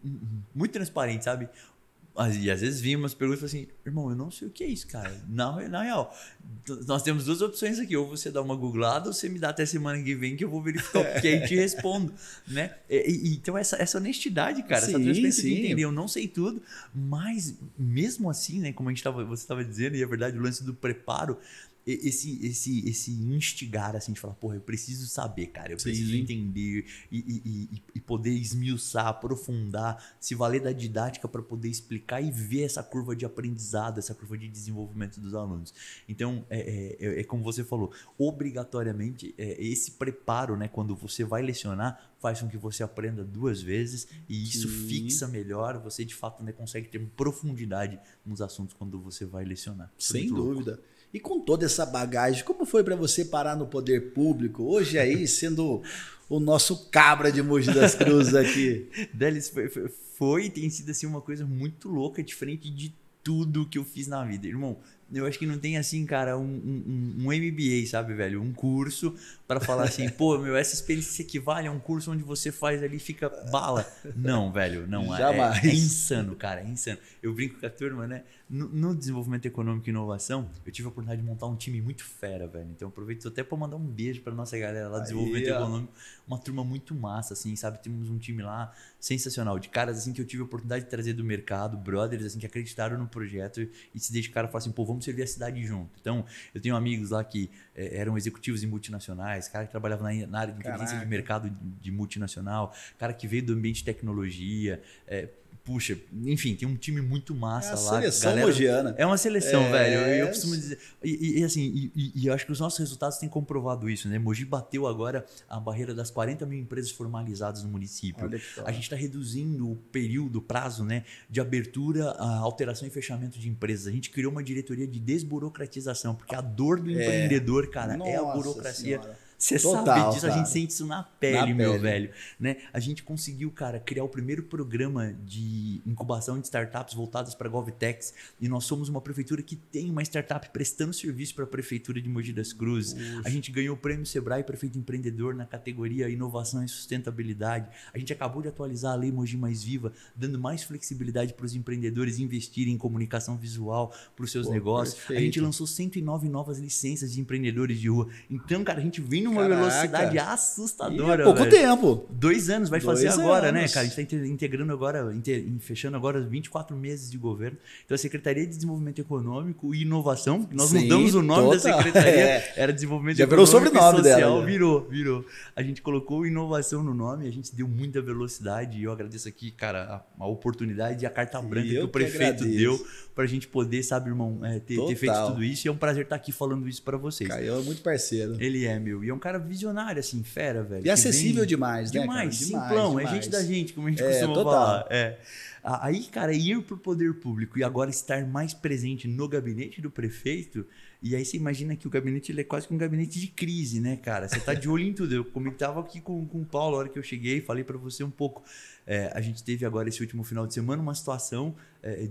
muito transparente, sabe? E às vezes vinha umas perguntas assim, irmão, eu não sei o que é isso, cara. Na, na real, nós temos duas opções aqui. Ou você dá uma googlada, ou você me dá até semana que vem que eu vou verificar o que é e te respondo, né? E, e, então essa, essa honestidade, cara, sim, essa transparência de entender, eu não sei tudo, mas mesmo assim, né, como a gente tava, você estava dizendo, e é verdade, o lance do preparo, esse, esse, esse instigar, assim, de falar, porra, eu preciso saber, cara, eu preciso Sim. entender e, e, e, e poder esmiuçar, aprofundar, se valer da didática para poder explicar e ver essa curva de aprendizado, essa curva de desenvolvimento dos alunos. Então, é, é, é como você falou, obrigatoriamente, é, esse preparo, né, quando você vai lecionar, faz com que você aprenda duas vezes e isso Sim. fixa melhor, você de fato, né, consegue ter profundidade nos assuntos quando você vai lecionar. Sem dúvida. Louco. E com toda essa bagagem, como foi para você parar no poder público? Hoje aí, sendo o nosso cabra de Mogi das Cruzes aqui. Delis, foi, foi, foi tem sido assim, uma coisa muito louca, diferente de tudo que eu fiz na vida. Irmão, eu acho que não tem assim, cara, um, um, um M B A, sabe, velho? Um curso para falar assim, pô, meu, essa experiência se equivale a um curso onde você faz ali e fica bala. Não, velho, não. Jamais. É, é insano, cara, é insano. Eu brinco com a turma, né? No, no desenvolvimento econômico e inovação, eu tive a oportunidade de montar um time muito fera, velho. Então, eu aproveito até para mandar um beijo para nossa galera lá do desenvolvimento Aí, econômico. Uma turma muito massa, assim, sabe? Temos um time lá sensacional, de caras, assim, que eu tive a oportunidade de trazer do mercado, brothers, assim, que acreditaram no projeto e se dedicaram a falar assim, pô, vamos servir a cidade junto. Então, eu tenho amigos lá que é, eram executivos em multinacionais, cara que trabalhava na, na área de inteligência Caraca. de mercado de, de multinacional, cara que veio do ambiente de tecnologia, é, puxa, enfim, tem um time muito massa é a lá. Seleção mogiana. É uma seleção, é... velho. Eu, eu costumo dizer. E, e assim, e, e, e eu acho que os nossos resultados têm comprovado isso, né? Mogi bateu agora a barreira das quarenta mil empresas formalizadas no município. A gente está reduzindo o período, o prazo, né, de abertura, a alteração e fechamento de empresas. A gente criou uma diretoria de desburocratização, porque a dor do é... empreendedor, cara, Nossa é a burocracia. Senhora. Você Total, sabe disso, cara. A gente sente isso na pele, na meu pele. velho. Né? A gente conseguiu, cara, criar o primeiro programa de incubação de startups voltadas para GovTechs e nós somos uma prefeitura que tem uma startup prestando serviço para a prefeitura de Mogi das Cruzes. Ufa. A gente ganhou o prêmio Sebrae Prefeito Empreendedor na categoria Inovação e Sustentabilidade. A gente acabou de atualizar a Lei Mogi Mais Viva, dando mais flexibilidade para os empreendedores investirem em comunicação visual para os seus Pô, negócios. Perfeito. A gente lançou cento e nove novas licenças de empreendedores de rua. Então, cara, a gente vem no uma Caraca. velocidade assustadora. E há pouco velho. tempo. Dois anos, vai Dois fazer agora, anos. né, cara? A gente está integrando agora, fechando agora vinte e quatro meses de governo. Então, a Secretaria de Desenvolvimento Econômico e Inovação, nós Sim, mudamos o nome total. da secretaria, é. era Desenvolvimento Já Econômico virou sobrenome e Social, dela, virou, virou. A gente colocou inovação no nome, a gente deu muita velocidade e eu agradeço aqui, cara, a, a oportunidade e a carta branca que o prefeito que deu pra gente poder, sabe, irmão, é, ter, ter feito tudo isso. E é um prazer estar aqui falando isso pra vocês. Caio é muito parceiro. Ele é, meu. E é um cara visionário, assim, fera, velho. E acessível vem... demais, né, Demais, cara? simplão. Demais, é gente da gente, como a gente é, costuma total. falar. É. Aí, cara, ir pro poder público e agora estar mais presente no gabinete do prefeito... E aí você imagina que o gabinete ele é quase que um gabinete de crise, né, cara? Você tá de olho em tudo. Eu comentava aqui com, com o Paulo, a hora que eu cheguei, falei para você um pouco. É, a gente teve agora esse último final de semana uma situação é,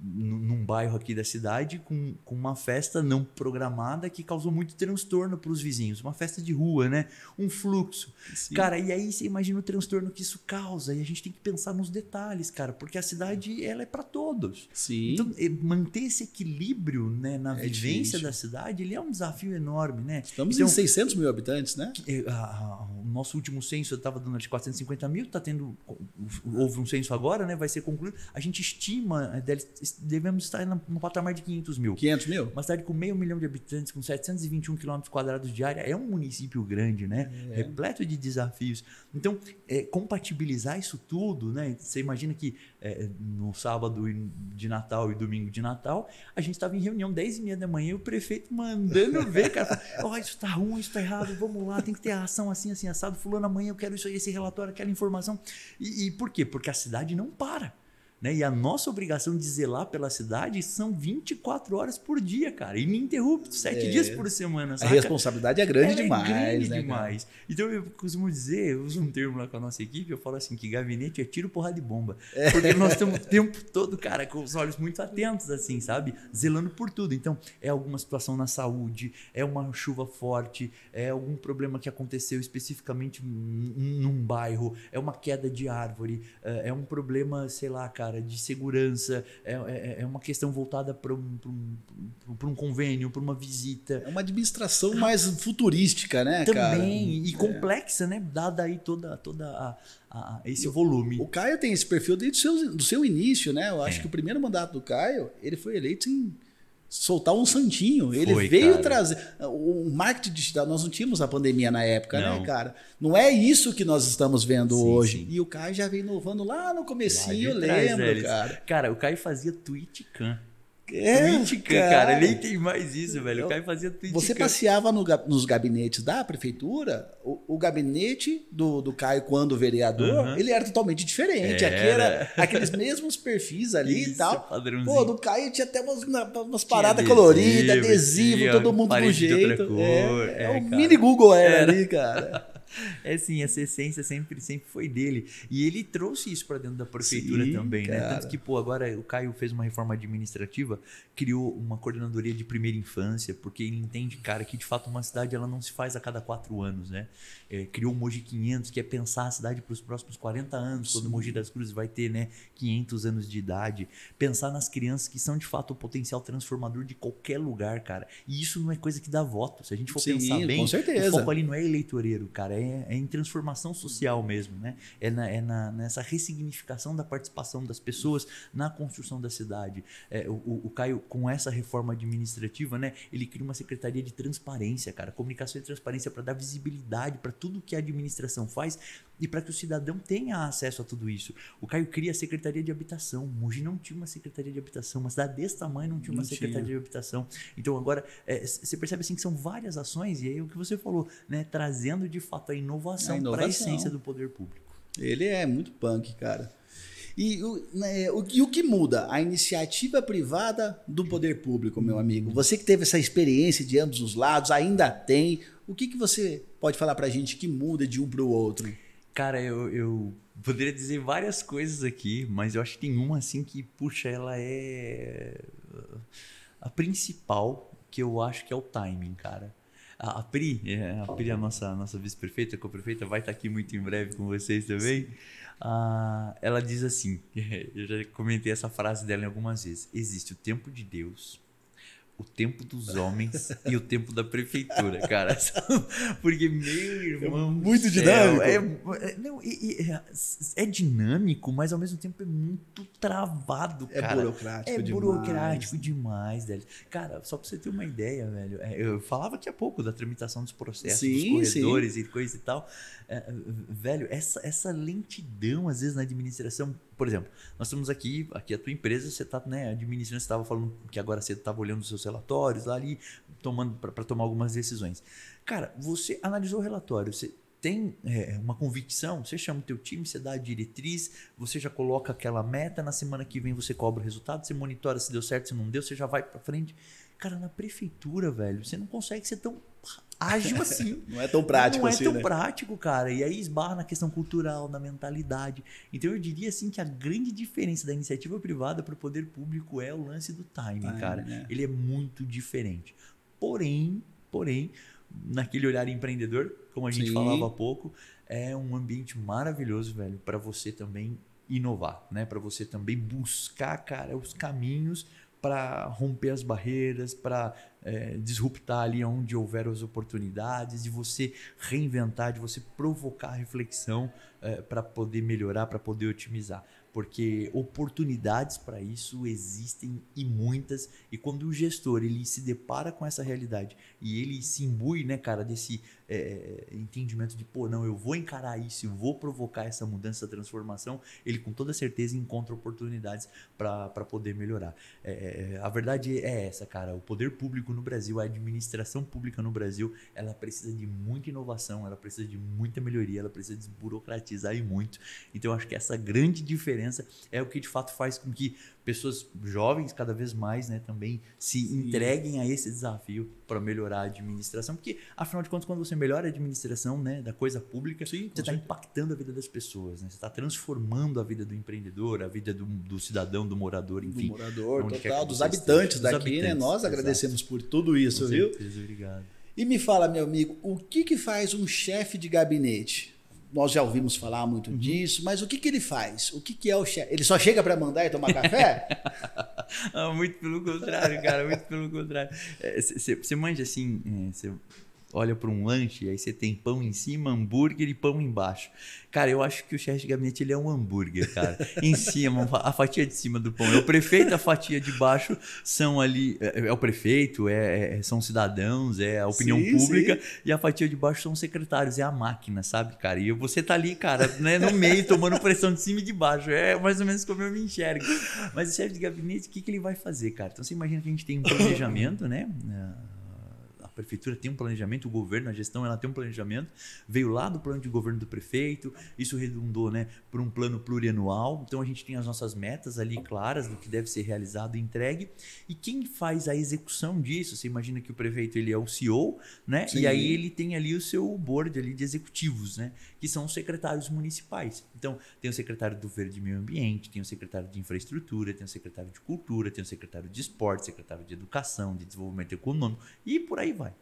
num bairro aqui da cidade com, com uma festa não programada que causou muito transtorno para os vizinhos. Uma festa de rua, né? Um fluxo. Sim. Cara, e aí você imagina o transtorno que isso causa. E a gente tem que pensar nos detalhes, cara, porque a cidade ela é para todos. Sim. Então, manter esse equilíbrio, né, na é vivência difícil. da cidade, ele é um desafio enorme, né? Estamos então, em seiscentos mil habitantes, né? A, a, o nosso último censo estava dando de quatrocentos e cinquenta mil, tá tendo, houve um censo agora, né? Vai ser concluído. A gente estima, devemos estar no patamar de quinhentos mil. quinhentos mil? Uma cidade com meio milhão de habitantes, com setecentos e vinte e um quilômetros quadrados de área, é um município grande, né? É. Repleto de desafios. Então, é, compatibilizar isso tudo, né? Você imagina que é, no sábado de Natal e domingo de Natal, a gente estava em reunião dez e meia da manhã e o prefeito mandando ver, cara, ó, oh, isso tá ruim, isso tá errado, vamos lá, tem que ter a ação assim, assim, assado, fulano, amanhã eu quero isso aí, esse relatório, aquela informação. E, e por quê? Porque a cidade não para. Né? E a nossa obrigação de zelar pela cidade são vinte e quatro horas por dia, cara. Ininterrupto, sete é. dias por semana. Saca? A responsabilidade é grande Ela demais. É grande né, demais. Cara? Então eu costumo dizer, eu uso um termo lá com a nossa equipe, eu falo assim, que gabinete é tiro, porrada de bomba. É. Porque nós estamos o tempo todo, cara, com os olhos muito atentos, assim, sabe? Zelando por tudo. Então, é alguma situação na saúde, é uma chuva forte, é algum problema que aconteceu especificamente num bairro, é uma queda de árvore, é um problema, sei lá, cara, de segurança. É, é, é uma questão voltada para um, um, um convênio, para uma visita. É uma administração mais futurística, né, Também, cara? Também, e complexa, é. né? Dada aí toda, toda a, a, esse volume. O Caio tem esse perfil desde o seu, do seu início, né? Eu acho é. que o primeiro mandato do Caio, ele foi eleito sem soltar um santinho. Ele Foi, veio cara. trazer... O marketing digital, nós não tínhamos a pandemia na época, não. né, cara? Não é isso que nós estamos vendo sim, hoje. Sim. E o Caio já veio inovando lá no comecinho, eu trás, lembro, velho. cara. Cara, o Caio fazia TwitchCam. É, TwitCam, cara. cara. Nem tem mais isso, velho. O Caio fazia TwitCam. Você passeava no, nos gabinetes da prefeitura, o, o gabinete do, do Caio, quando vereador, uhum. ele era totalmente diferente. Era. Aqui era aqueles mesmos perfis ali isso, e tal. Padrãozinho. Pô, do Caio tinha até umas, umas paradas coloridas, adesivo, todo mundo do jeito. Cor, é, é, é, o mini Google era, era ali, cara. É sim, essa essência sempre, sempre foi dele. E ele trouxe isso para dentro da prefeitura sim, também, cara. né? Tanto que, pô, agora o Caio fez uma reforma administrativa, criou uma coordenadoria de primeira infância, porque ele entende, cara, que de fato uma cidade ela não se faz a cada quatro anos, né? É, criou o Mogi quinhentos, que é pensar a cidade para os próximos quarenta anos, sim. quando o Mogi das Cruzes vai ter, né, quinhentos anos de idade. Pensar nas crianças que são de fato o potencial transformador de qualquer lugar, cara. E isso não é coisa que dá voto. Se a gente for sim, pensar bem, com certeza. o foco ali não é eleitoreiro, cara. É, é em transformação social mesmo, né? É, na, é na, nessa ressignificação da participação das pessoas na construção da cidade. É, o, o Caio, com essa reforma administrativa, né? Ele cria uma secretaria de transparência, cara. Comunicação e transparência para dar visibilidade para tudo que a administração faz e para que o cidadão tenha acesso a tudo isso. O Caio cria a Secretaria de Habitação. Mogi não tinha uma Secretaria de Habitação. Uma cidade desse tamanho não tinha uma não Secretaria tinha. de Habitação. Então agora, é, você percebe assim que são várias ações e aí o que você falou, né? Trazendo de fato a inovação, para a essência do poder público. Ele é muito punk, cara. E o, né, o, e o que muda? A iniciativa privada do poder público, meu amigo. Você que teve essa experiência de ambos os lados, ainda tem. O que, que você pode falar pra gente que muda de um para o outro? Cara, eu, eu poderia dizer várias coisas aqui, mas eu acho que tem uma assim que, puxa, ela é a principal, que eu acho que é o timing, cara. A Pri, a Pri, a nossa, nossa vice-prefeita, co-prefeita, vai estar aqui muito em breve com vocês também. Ah, ela diz assim, eu já comentei essa frase dela em algumas vezes, existe o tempo de Deus, o tempo dos homens e o tempo da prefeitura, cara. Porque, meu irmão... É muito dinâmico. É, é, não, é, é dinâmico, mas ao mesmo tempo é muito travado, é cara. Burocrático é demais. burocrático demais, velho. Cara, só pra você ter uma ideia, velho. Eu falava aqui há pouco da tramitação dos processos, sim, dos corredores sim. e coisa e tal. É, velho, essa, essa lentidão, às vezes, na administração... Por exemplo, nós estamos aqui, aqui a tua empresa, você está, né, administrando, você estava falando que agora você estava olhando os seus relatórios lá ali, tomando para tomar algumas decisões. Cara, você analisou o relatório, você tem é, uma convicção, você chama o teu time, você dá a diretriz, você já coloca aquela meta, na semana que vem você cobra o resultado, você monitora se deu certo, se não deu, você já vai para frente. Cara, na prefeitura, velho, você não consegue ser tão ágil assim. Não é tão prático assim, Não é tão né? prático, cara. E aí esbarra na questão cultural, na mentalidade. Então eu diria assim que a grande diferença da iniciativa privada para o poder público é o lance do timing, ah, cara. É. Ele é muito diferente. Porém, porém, naquele olhar empreendedor, como a gente Sim. falava há pouco, é um ambiente maravilhoso, velho, para você também inovar, né? Para você também buscar, cara, os caminhos para romper as barreiras, para é, disruptar ali onde houver as oportunidades, de você reinventar, de você provocar reflexão é, para poder melhorar, para poder otimizar. Porque oportunidades para isso existem e muitas, e quando o gestor ele se depara com essa realidade e ele se imbui, né, cara, desse é, entendimento de, pô, não, eu vou encarar isso, eu vou provocar essa mudança, essa transformação, ele com toda certeza encontra oportunidades para poder melhorar. É, a verdade é essa, cara, o poder público no Brasil, a administração pública no Brasil, ela precisa de muita inovação, ela precisa de muita melhoria, ela precisa desburocratizar e muito. Então, eu acho que essa grande diferença é o que de fato faz com que pessoas jovens cada vez mais, né, também se Sim. entreguem a esse desafio para melhorar a administração, porque afinal de contas quando você melhora a administração, né, da coisa pública, Sim, você está impactando a vida das pessoas, né? Você está transformando a vida do empreendedor, a vida do, do cidadão, do morador, enfim. Do morador, total, dos habitantes esteja. daqui, dos habitantes, né? Nós agradecemos Exato. por tudo isso, Com viu? certeza, obrigado. E me fala, meu amigo, o que que faz um chefe de gabinete? Nós já ouvimos falar muito uhum. disso, mas o que, que ele faz? O que, que é o chefe? Ele só chega para mandar e tomar café? ah, muito pelo contrário, cara, muito pelo contrário. Você é, manja assim, você é, olha para um lanche, aí você tem pão em cima, hambúrguer e pão embaixo. Cara, eu acho que o chefe de gabinete ele é um hambúrguer, cara. Em cima, a fatia de cima do pão é o prefeito, a fatia de baixo são ali, é, é o prefeito, é, é, são cidadãos, é a opinião sim, pública, sim. e a fatia de baixo são os secretários, é a máquina, sabe, cara? E você tá ali, cara, né, no meio, tomando pressão de cima e de baixo. É mais ou menos como eu me enxergo. Mas o chefe de gabinete, o que, que ele vai fazer, cara? Então você imagina que a gente tem um planejamento, né? A prefeitura tem um planejamento, o governo, a gestão, ela tem um planejamento, veio lá do plano de governo do prefeito, isso redundou, né, para um plano plurianual, então a gente tem as nossas metas ali claras do que deve ser realizado e entregue, e quem faz a execução disso, você imagina que o prefeito ele é o C E O, né, Sim. e aí ele tem ali o seu board ali de executivos, né, que são os secretários municipais. Então tem o secretário do Verde e Meio Ambiente, tem o secretário de Infraestrutura, tem o secretário de Cultura, tem o secretário de Esporte, secretário de Educação, de Desenvolvimento Econômico, e por aí vai.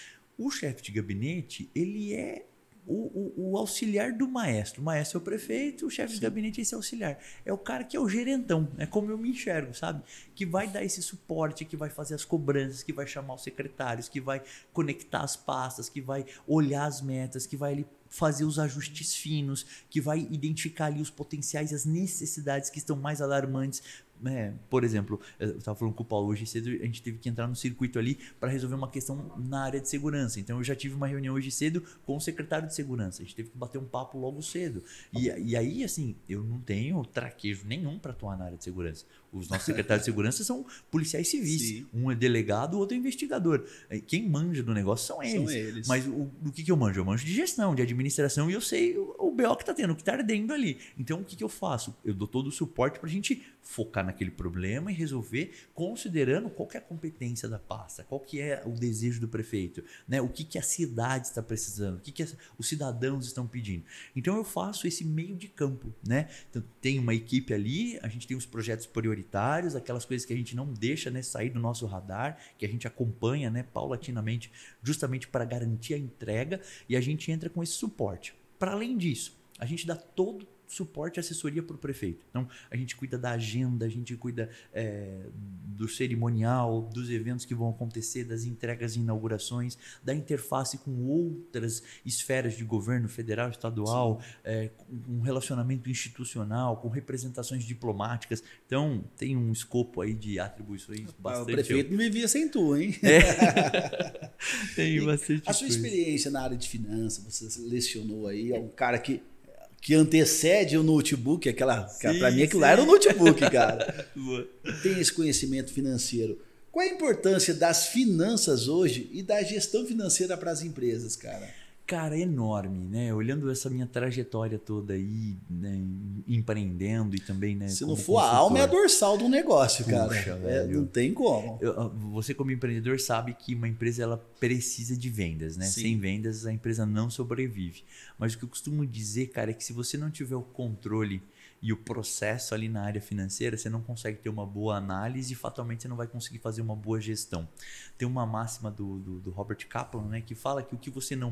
O chefe de gabinete, ele é o, o, o auxiliar do maestro. O maestro é o prefeito, o chefe de gabinete é esse auxiliar. É o cara que é o gerentão, é como eu me enxergo, sabe? Que vai dar esse suporte, que vai fazer as cobranças, que vai chamar os secretários, que vai conectar as pastas, que vai olhar as metas, que vai ali fazer os ajustes finos, que vai identificar ali os potenciais e as necessidades que estão mais alarmantes. É, por exemplo, eu estava falando com o Paulo hoje cedo, a gente teve que entrar no circuito ali para resolver uma questão na área de segurança. Então eu já tive uma reunião hoje cedo com o secretário de segurança, a gente teve que bater um papo logo cedo. E, e aí, assim, eu não tenho traquejo nenhum para atuar na área de segurança. Os nossos secretários de segurança são policiais civis. Sim. Um é delegado, o outro é investigador. Quem manja do negócio são eles. São eles. Mas o, o que, que eu manjo? Eu manjo de gestão, de administração, e eu sei o, o B O que está tendo, o que está ardendo ali. Então, o que, que eu faço? Eu dou todo o suporte para a gente focar naquele problema e resolver, considerando qual que é a competência da pasta, qual que é o desejo do prefeito, né? O que, que a cidade está precisando, o que, que os cidadãos estão pedindo. Então, eu faço esse meio de campo, né? Então, tem uma equipe ali, a gente tem os projetos prioritários, aquelas coisas que a gente não deixa, né, sair do nosso radar, que a gente acompanha, né, paulatinamente, justamente para garantir a entrega, e a gente entra com esse suporte. Para além disso, a gente dá todo suporte e assessoria para o prefeito. Então, a gente cuida da agenda, a gente cuida é, do cerimonial, dos eventos que vão acontecer, das entregas e inaugurações, da interface com outras esferas de governo federal, estadual, é, com um relacionamento institucional, com representações diplomáticas. Então, tem um escopo aí de atribuições bastante... O prefeito não vivia sem tu, hein? É. Tem bastante A sua coisa. Experiência na área de finanças, você selecionou aí, é um cara que que antecede o notebook, aquela, para mim aquilo lá era o notebook, cara. Tem esse conhecimento financeiro. Qual é a importância das finanças hoje e da gestão financeira para as empresas, cara? Cara, enorme, né? Olhando essa minha trajetória toda aí, né? Empreendendo e também, né? Se não for a alma, é a dorsal do negócio, cara. Puxa, é, não tem como. Eu, você como empreendedor sabe que uma empresa ela precisa de vendas, né? Sim. Sem vendas a empresa não sobrevive. Mas o que eu costumo dizer, cara, é que se você não tiver o controle e o processo ali na área financeira, você não consegue ter uma boa análise e fatalmente você não vai conseguir fazer uma boa gestão. Tem uma máxima do, do, do Robert Kaplan, né, que fala que o que você não mede, você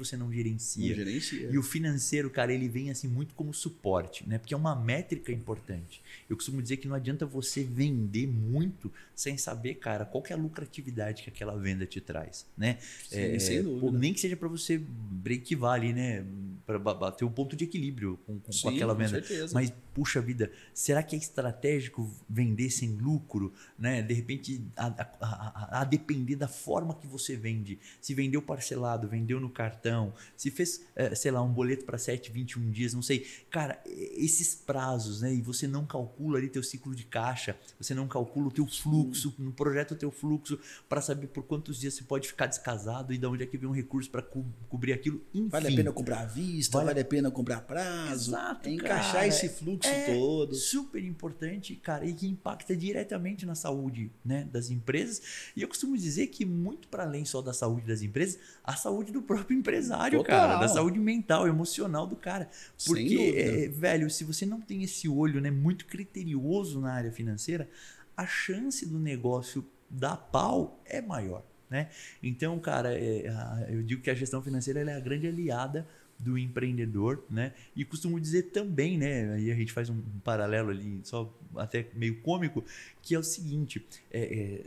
você não gerencia. Não gerencia. E o financeiro, cara, ele vem assim muito como suporte, né? Porque é uma métrica importante. Eu costumo dizer que não adianta você vender muito sem saber, cara, qual que é a lucratividade que aquela venda te traz, né? Sim, é, sem dúvida. Pô, nem que seja para você break-even ali, né? Para bater o ponto de equilíbrio com, com, Sim, com aquela venda. Com certeza. Mas, puxa vida, será que é estratégico vender sem lucro, né? De repente, a, a, a, a depender da forma que você vende. Se vendeu parcelado, vendeu no cartão, se fez, é, sei lá, um boleto para sete, vinte e um dias, não sei. Cara, esses prazos, né? E você não calcula ali teu ciclo de caixa, você não calcula o teu fluxo, não projeta o teu fluxo para saber por quantos dias você pode ficar descasado e de onde é que vem um recurso para co cobrir aquilo. Enfim. Vale a pena comprar à vista, vale, vale a pena comprar prazo. Exato, é encaixar cara, esse fluxo é todo. Super importante, cara, e que impacta diretamente na saúde, né, das empresas. E eu costumo dizer que muito para além só da saúde das empresas, a saúde do próprio empresário, Total. cara, da saúde mental, emocional do cara. Porque, é, velho, se você não tem esse olho, né, muito criterioso na área financeira, a chance do negócio dar pau é maior, né? Então, cara, é, a, eu digo que a gestão financeira ela é a grande aliada do empreendedor, né? E costumo dizer também, né? Aí a gente faz um paralelo ali, só até meio cômico, que é o seguinte: é, é,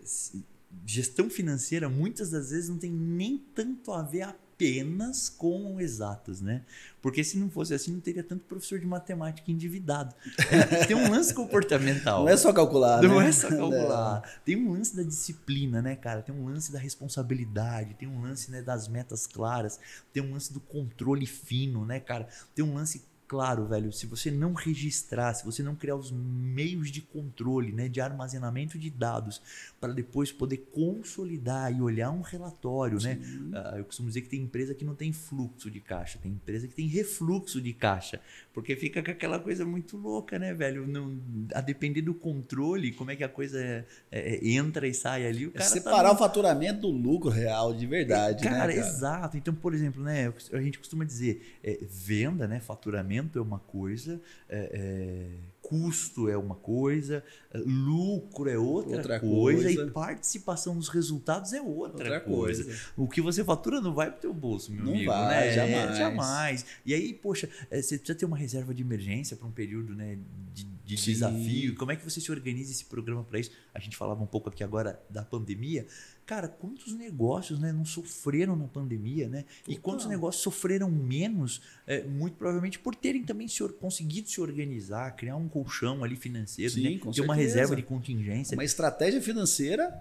gestão financeira muitas das vezes não tem nem tanto a ver apenas com exatas, né? Porque se não fosse assim, não teria tanto professor de matemática endividado. É, tem um lance comportamental. Não é só calcular, Não né? é só calcular. É. Tem um lance da disciplina, né, cara? Tem um lance da responsabilidade, tem um lance, né, das metas claras, tem um lance do controle fino, né, cara? Tem um lance claro, velho, se você não registrar, se você não criar os meios de controle, né, de armazenamento de dados, para depois poder consolidar e olhar um relatório, Sim. né? Uh, eu costumo dizer que tem empresa que não tem fluxo de caixa, tem empresa que tem refluxo de caixa, porque fica com aquela coisa muito louca, né, velho? Não, a depender do controle, como é que a coisa é, é, entra e sai ali, o cara é separar tá no... o faturamento do lucro real, de verdade, cara, né, cara? Exato. Então, por exemplo, né, a gente costuma dizer, é, venda, né, faturamento é uma coisa, é, é, custo é uma coisa, lucro é outra, outra coisa, coisa e participação nos resultados é outra, outra coisa. coisa. O que você fatura não vai para o teu bolso, meu não amigo. Vai, né? jamais. jamais. E aí, poxa, você precisa ter uma reserva de emergência para um período, né, de, de desafio. Como é que você se organiza esse programa para isso? A gente falava um pouco aqui agora da pandemia. Cara, quantos negócios, né, não sofreram na pandemia, né? E quantos negócios sofreram menos, é, muito provavelmente por terem também se, conseguido se organizar, criar um colchão ali financeiro, Sim, né? com ter certeza. uma reserva de contingência. Uma estratégia financeira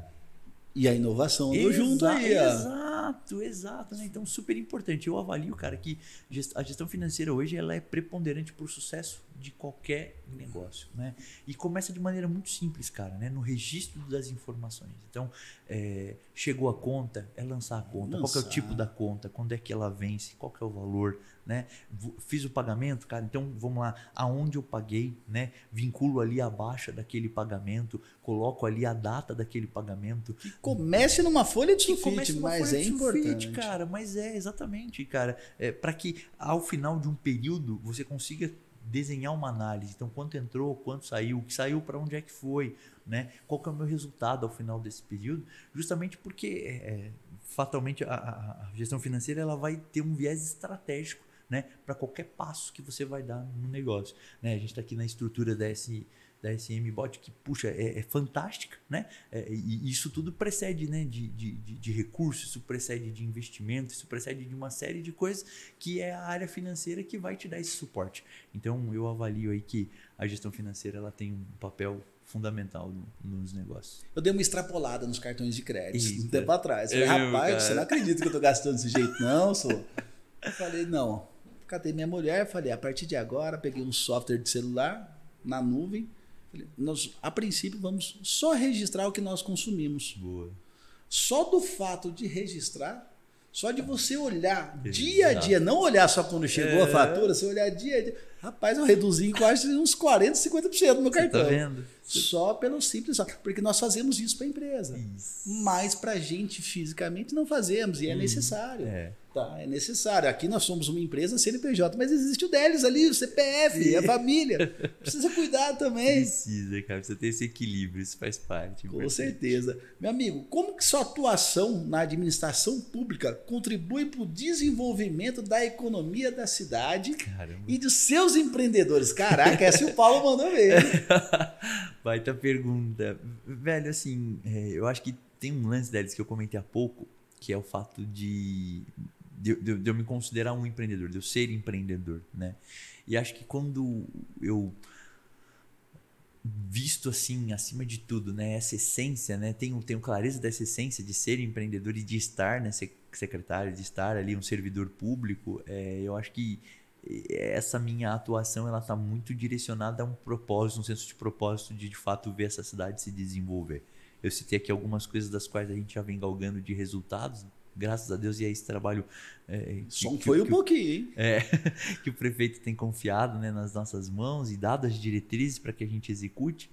e a inovação do junto aí. Exato, exato. Né? Então, super importante. Eu avalio, cara, que a gestão financeira hoje ela é preponderante para o sucesso de qualquer negócio, né? E começa de maneira muito simples, cara, né? No registro das informações. Então, é, chegou a conta, é lançar a conta. Lançar. Qual que é o tipo da conta? Quando é que ela vence? Qual que é o valor? Né? Fiz o pagamento, cara, então vamos lá, aonde eu paguei, né? Vinculo ali a baixa daquele pagamento, coloco ali a data daquele pagamento. Que comece numa folha de sulfite, comece numa mas folha é de importante. Sulfite, cara, mas é exatamente, cara, é, para que ao final de um período você consiga desenhar uma análise. Então, quanto entrou, quanto saiu, o que saiu, para onde é que foi, né? Qual que é o meu resultado ao final desse período? Justamente porque é, fatalmente a, a, a gestão financeira ela vai ter um viés estratégico, né, para qualquer passo que você vai dar no negócio, né? A gente está aqui na estrutura da, S, da S M Bot que, puxa, é, é fantástica, né? É, e isso tudo precede, né, de, de, de, de recursos, isso precede de investimento, isso precede de uma série de coisas que é a área financeira que vai te dar esse suporte. Então, eu avalio aí que a gestão financeira ela tem um papel fundamental no, nos negócios. Eu dei uma extrapolada nos cartões de crédito Eita. um tempo atrás. Eu falei, rapaz, cara. Você não acredita que eu tô gastando desse jeito, não, sou? Eu falei, não. Catei minha mulher, falei, a partir de agora, peguei um software de celular na nuvem. Falei, nós, a princípio, vamos só registrar o que nós consumimos. Boa. Só do fato de registrar, só de você olhar Exato. dia a dia, não olhar só quando chegou é. a fatura, você olhar dia a dia. Rapaz, eu reduzi em quase uns quarenta, cinquenta por cento no meu Você cartão. tá vendo? Só pelo simples, só, porque nós fazemos isso para a empresa. Isso. Mas para a gente fisicamente não fazemos e é Hum, necessário. É. Tá, é necessário. Aqui nós somos uma empresa C N P J, mas existe o Delis ali, o C P F, a família. Precisa cuidar também. Precisa, cara. Precisa ter esse equilíbrio, isso faz parte. Com importante. certeza. Meu amigo, como que sua atuação na administração pública contribui para o desenvolvimento da economia da cidade Caramba. e dos seus empreendedores? Caraca, essa o Paulo mandou ver. Baita pergunta. Velho, assim, é, eu acho que tem um lance deles que eu comentei há pouco, que é o fato de, de, de, de eu me considerar um empreendedor, de eu ser empreendedor, né? E acho que quando eu visto assim, acima de tudo, né, essa essência, né, tenho, tenho clareza dessa essência de ser empreendedor e de estar, né, secretário, de estar ali um servidor público, é, eu acho que essa minha atuação ela está muito direcionada a um propósito, um senso de propósito de de fato ver essa cidade se desenvolver. Eu citei aqui algumas coisas das quais a gente já vem galgando de resultados, graças a Deus, e é esse trabalho é, Só que, foi que, um pouquinho, hein? É, que o prefeito tem confiado, né, nas nossas mãos e dado as diretrizes para que a gente execute.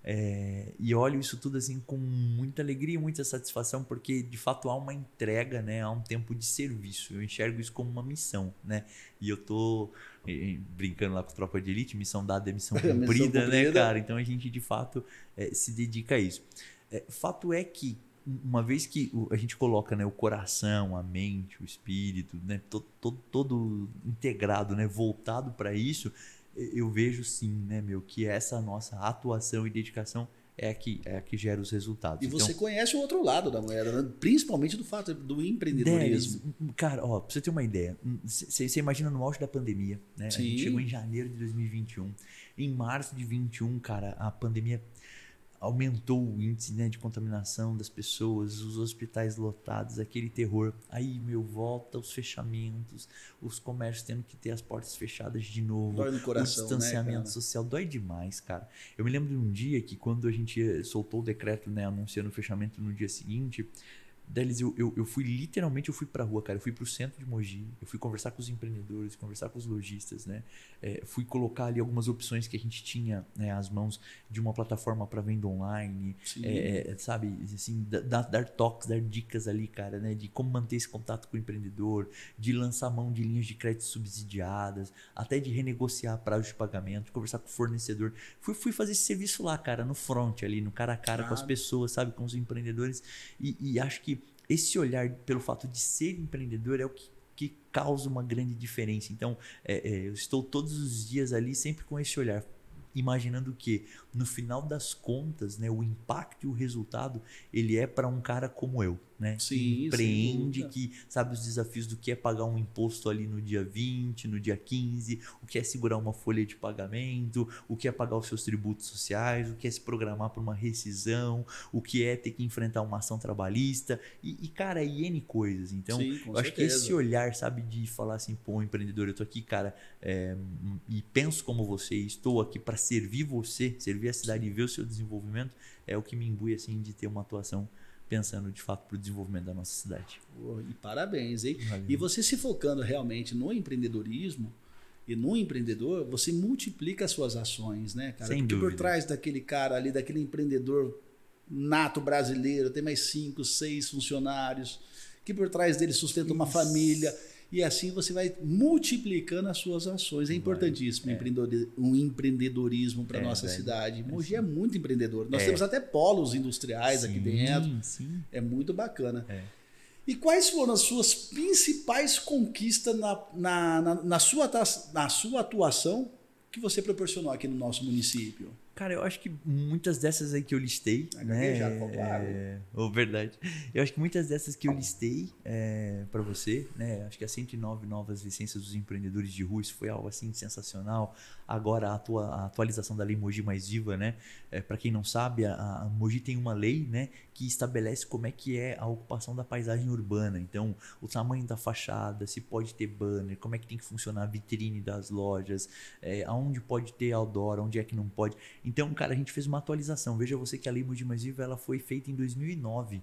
É, e olho isso tudo assim com muita alegria e muita satisfação, porque de fato há uma entrega, né, há um tempo de serviço. Eu enxergo isso como uma missão, né? E eu tô eh, brincando lá com a tropa de elite, missão dada é missão cumprida, Missão cumprida. né, cara? Então a gente de fato eh, se dedica a isso. É, fato é que uma vez que a gente coloca, né, o coração, a mente, o espírito, né, todo, todo, todo integrado, né, voltado para isso, eu vejo sim, né, meu, que essa nossa atuação e dedicação é a que, é a que gera os resultados. E você então, conhece o outro lado da moeda, né? Principalmente do fato do empreendedorismo. Deles, cara, ó, pra você ter uma ideia, você imagina no auge da pandemia, né? Sim. A gente chegou em janeiro de dois mil e vinte e um. Em março de vinte e um, cara, a pandemia aumentou o índice, né, de contaminação das pessoas, os hospitais lotados, aquele terror. Aí, meu, volta os fechamentos, os comércios tendo que ter as portas fechadas de novo. Dói no coração, o distanciamento, né, social dói demais, cara. Eu me lembro de um dia que quando a gente soltou o decreto, né, anunciando o fechamento no dia seguinte, Deles, eu, eu, eu fui literalmente, eu fui pra rua, cara. Eu fui pro centro de Mogi, eu fui conversar com os empreendedores, conversar com os lojistas, né? É, fui colocar ali algumas opções que a gente tinha, né, às mãos de uma plataforma para venda online, é, sabe? Assim, dar, dar toques, dar dicas ali, cara, né? De como manter esse contato com o empreendedor, de lançar mão de linhas de crédito subsidiadas, até de renegociar prazo de pagamento, de conversar com o fornecedor. Fui, fui fazer esse serviço lá, cara, no front ali, no cara a cara, ah. com as pessoas, sabe? Com os empreendedores. E, e acho que esse olhar pelo fato de ser empreendedor é o que, que causa uma grande diferença. Então, é, é, eu estou todos os dias ali sempre com esse olhar, imaginando que no final das contas, né, o impacto e o resultado ele é para um cara como eu, né? Sim, que empreende, que sabe os desafios do que é pagar um imposto ali no dia vinte, no dia quinze, o que é segurar uma folha de pagamento, o que é pagar os seus tributos sociais, o que é se programar para uma rescisão, o que é ter que enfrentar uma ação trabalhista e, e cara, e N coisas. Então, Sim, eu certeza. acho que esse olhar, sabe, de falar assim, pô, empreendedor, eu tô aqui, cara, é, e penso como você, estou aqui para servir você, servir a cidade e ver o seu desenvolvimento, é o que me imbui assim de ter uma atuação pensando de fato para o desenvolvimento da nossa cidade. Oh, e parabéns, hein? Valeu. E você se focando realmente no empreendedorismo e no empreendedor, você multiplica as suas ações, né, cara? Sem Porque dúvida. por trás daquele cara ali, daquele empreendedor nato brasileiro, tem mais cinco, seis funcionários, que por trás dele sustenta Isso. uma família. E assim você vai multiplicando as suas ações. É importantíssimo é. um empreendedorismo para a é, nossa velho. cidade. É, Mogi sim. é muito empreendedor. Nós É. temos até polos industriais sim, aqui dentro. Sim. É muito bacana. É. E quais foram as suas principais conquistas na, na, na, na, sua, na sua atuação que você proporcionou aqui no nosso município? Cara, eu acho que muitas dessas aí que eu listei, A né? já, claro. É, oh, verdade. Eu acho que muitas dessas que eu listei é, para você, né? Acho que as cento e nove novas licenças dos empreendedores de rua, isso foi algo assim sensacional. Agora a, atua, a atualização da lei Mogi Mais Viva, né? É, para quem não sabe, a, a Mogi tem uma lei, né, que estabelece como é que é a ocupação da paisagem urbana. Então, o tamanho da fachada, se pode ter banner, como é que tem que funcionar a vitrine das lojas, é, aonde pode ter outdoor, onde é que não pode. Então, cara, a gente fez uma atualização. Veja você que a lei Mogi Mais Viva ela foi feita em dois mil e nove.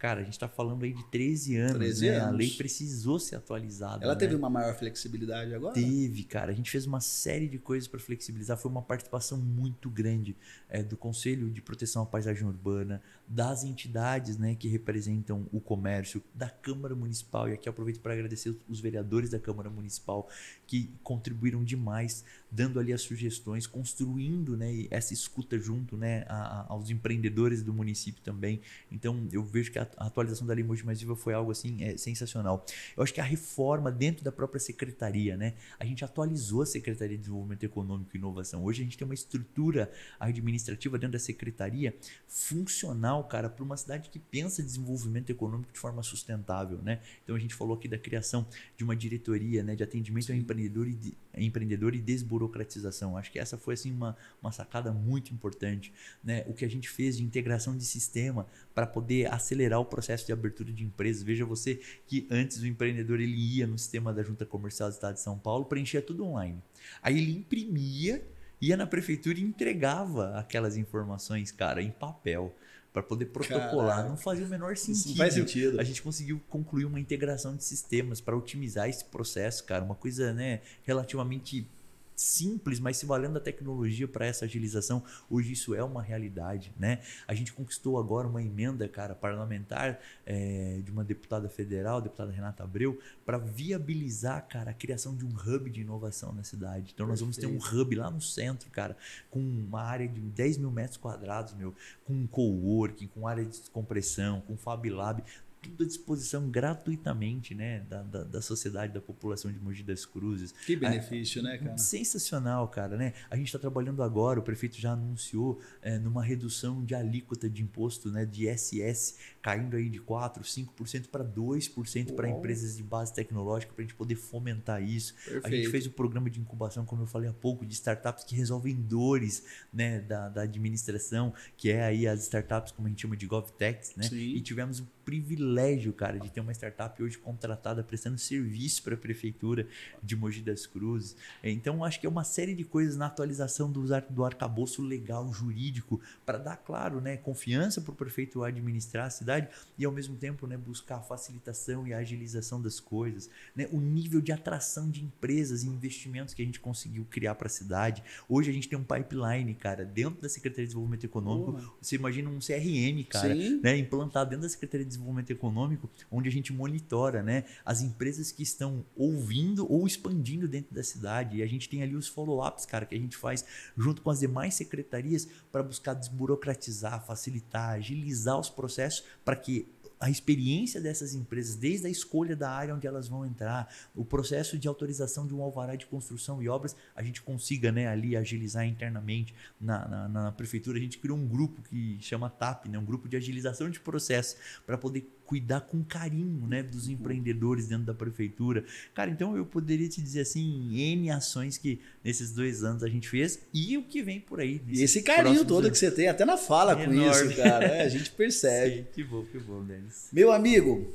Cara, a gente está falando aí de treze anos, treze né? anos. A lei precisou ser atualizada. Ela né? teve uma maior flexibilidade agora? Teve, cara. A gente fez uma série de coisas para flexibilizar. Foi uma participação muito grande é, do Conselho de Proteção à Paisagem Urbana, das entidades, né, que representam o comércio, da Câmara Municipal. E aqui aproveito para agradecer os vereadores da Câmara Municipal que contribuíram demais, dando ali as sugestões, construindo, né, essa escuta junto, né, a, a, aos empreendedores do município também. Então, eu vejo que a, a atualização da Lei Mogi Mais Viva foi algo assim é, sensacional. Eu acho que a reforma dentro da própria secretaria, né, a gente atualizou a Secretaria de Desenvolvimento Econômico e Inovação. Hoje a gente tem uma estrutura administrativa dentro da secretaria funcional, cara, para uma cidade que pensa desenvolvimento econômico de forma sustentável, né? Então a gente falou aqui da criação de uma diretoria, né, de atendimento ao empreendedor e, de, empreendedor e desburocratização. Acho que essa foi assim uma, uma sacada muito importante, né? O que a gente fez de integração de sistema para poder acelerar o processo de abertura de empresas. Veja você que antes o empreendedor ele ia no sistema da Junta Comercial do Estado de São Paulo, preenchia tudo online. Aí ele imprimia, ia na prefeitura e entregava aquelas informações, cara, em papel, para poder protocolar. Caraca. Não fazia o menor sentido. Isso não faz sentido. A gente conseguiu concluir uma integração de sistemas para otimizar esse processo, cara. Uma coisa, né, relativamente simples, mas se valendo da tecnologia para essa agilização, hoje isso é uma realidade, né? A gente conquistou agora uma emenda, cara, parlamentar é, de uma deputada federal, a deputada Renata Abreu, para viabilizar, cara, a criação de um hub de inovação na cidade. Então nós Perfeito. Vamos ter um hub lá no centro, cara, com uma área de dez mil metros quadrados, meu, com coworking, com área de descompressão, com Fab Lab, tudo à disposição gratuitamente, né, da, da, da sociedade, da população de Mogi das Cruzes. Que benefício, a, né, cara? Sensacional, cara, né? A gente está trabalhando agora, o prefeito já anunciou é, numa redução de alíquota de imposto, né, de I S S, caindo aí de quatro, cinco por cento para dois por cento para empresas de base tecnológica, para a gente poder fomentar isso. Perfeito. A gente fez o programa de incubação, como eu falei há pouco, de startups que resolvem dores, né, da, da administração, que é aí as startups, como a gente chama de GovTechs, né? Sim. E tivemos o privilégio, cara, de ter uma startup hoje contratada prestando serviço para a prefeitura de Mogi das Cruzes. Então, acho que é uma série de coisas na atualização do, do arcabouço legal, jurídico, para dar, claro, né, confiança para o prefeito administrar a cidade e, ao mesmo tempo, né, buscar a facilitação e a agilização das coisas. Né? O nível de atração de empresas e investimentos que a gente conseguiu criar para a cidade. Hoje a gente tem um pipeline, cara, dentro da Secretaria de Desenvolvimento Econômico. Porra. Você imagina um C R M, cara, né, implantado dentro da Secretaria de Desenvolvimento Econômico, onde a gente monitora, né, as empresas que estão ouvindo ou expandindo dentro da cidade. E a gente tem ali os follow-ups, cara, que a gente faz junto com as demais secretarias para buscar desburocratizar, facilitar, agilizar os processos para que a experiência dessas empresas, desde a escolha da área onde elas vão entrar, o processo de autorização de um alvará de construção e obras, a gente consiga, né, ali agilizar internamente na, na, na prefeitura. A gente criou um grupo que chama T A P, né, um grupo de agilização de processos, para poder cuidar com carinho, né, dos empreendedores dentro da prefeitura. Cara, então eu poderia te dizer assim, N ações que nesses dois anos a gente fez e o que vem por aí. E esse carinho todo anos. Que você tem, até na fala é com enorme. Isso, cara, é, a gente percebe. Sim, que bom, que bom, Denis. Meu amigo,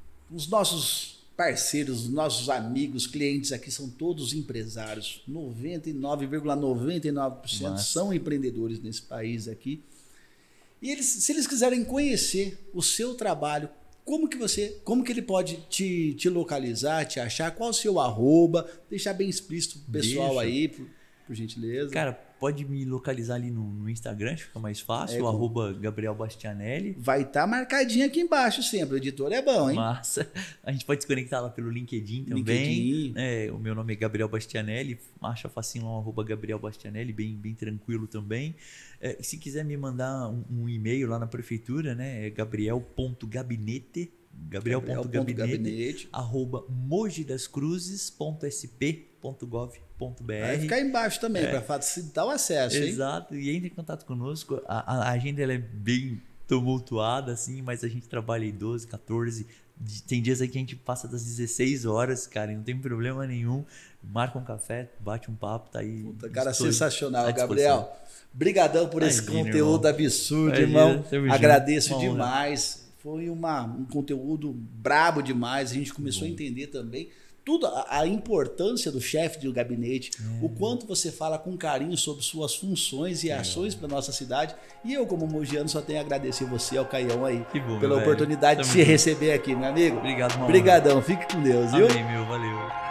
os nossos parceiros, os nossos amigos, clientes aqui são todos empresários. noventa e nove vírgula noventa e nove por cento são empreendedores nesse país aqui. E eles, se eles quiserem conhecer o seu trabalho, como que você, como que ele pode te, te localizar, te achar, qual o seu arroba, deixar bem explícito pro pessoal Deixa. Aí, por, por gentileza. Cara, pode me localizar ali no, no Instagram, fica mais fácil, é, o arroba Gabriel Bastianelli. Vai estar tá marcadinho aqui embaixo sempre, o editor é bom, hein? Massa. A gente pode se conectar lá pelo LinkedIn também. LinkedIn. É, o meu nome é Gabriel Bastianelli, acha facinho lá o arroba Gabriel Bastianelli, bem, bem tranquilo também. É, se quiser me mandar um, um e-mail lá na prefeitura, né, é gabriel ponto gabinete, gabriel ponto gabinete, arroba mogidascruzes ponto s p ponto gov ponto b r. Vai ficar embaixo também, é. Para facilitar o acesso. Exato, hein? E entre em contato conosco. A, a agenda ela é bem tumultuada, assim, mas a gente trabalha em doze, quatorze. Tem dias aí que a gente passa das dezesseis horas, cara, e não tem problema nenhum. Marca um café, bate um papo, tá aí. Puta, cara, sensacional, Gabriel. Brigadão por esse Imagina, conteúdo irmão. Absurdo, Imagina, irmão. Agradeço junto. Demais. Foi uma, um conteúdo brabo demais. A gente começou Bom. A entender também tudo, a, a importância do chefe de gabinete, é. o quanto você fala com carinho sobre suas funções e é. ações para nossa cidade. E eu, como mogiano, só tenho a agradecer você ao Caião aí que bom, pela velho. oportunidade Tamo de se junto. receber aqui, meu amigo. Obrigado, mano. Obrigadão, fique com Deus, Amém, viu? meu, valeu.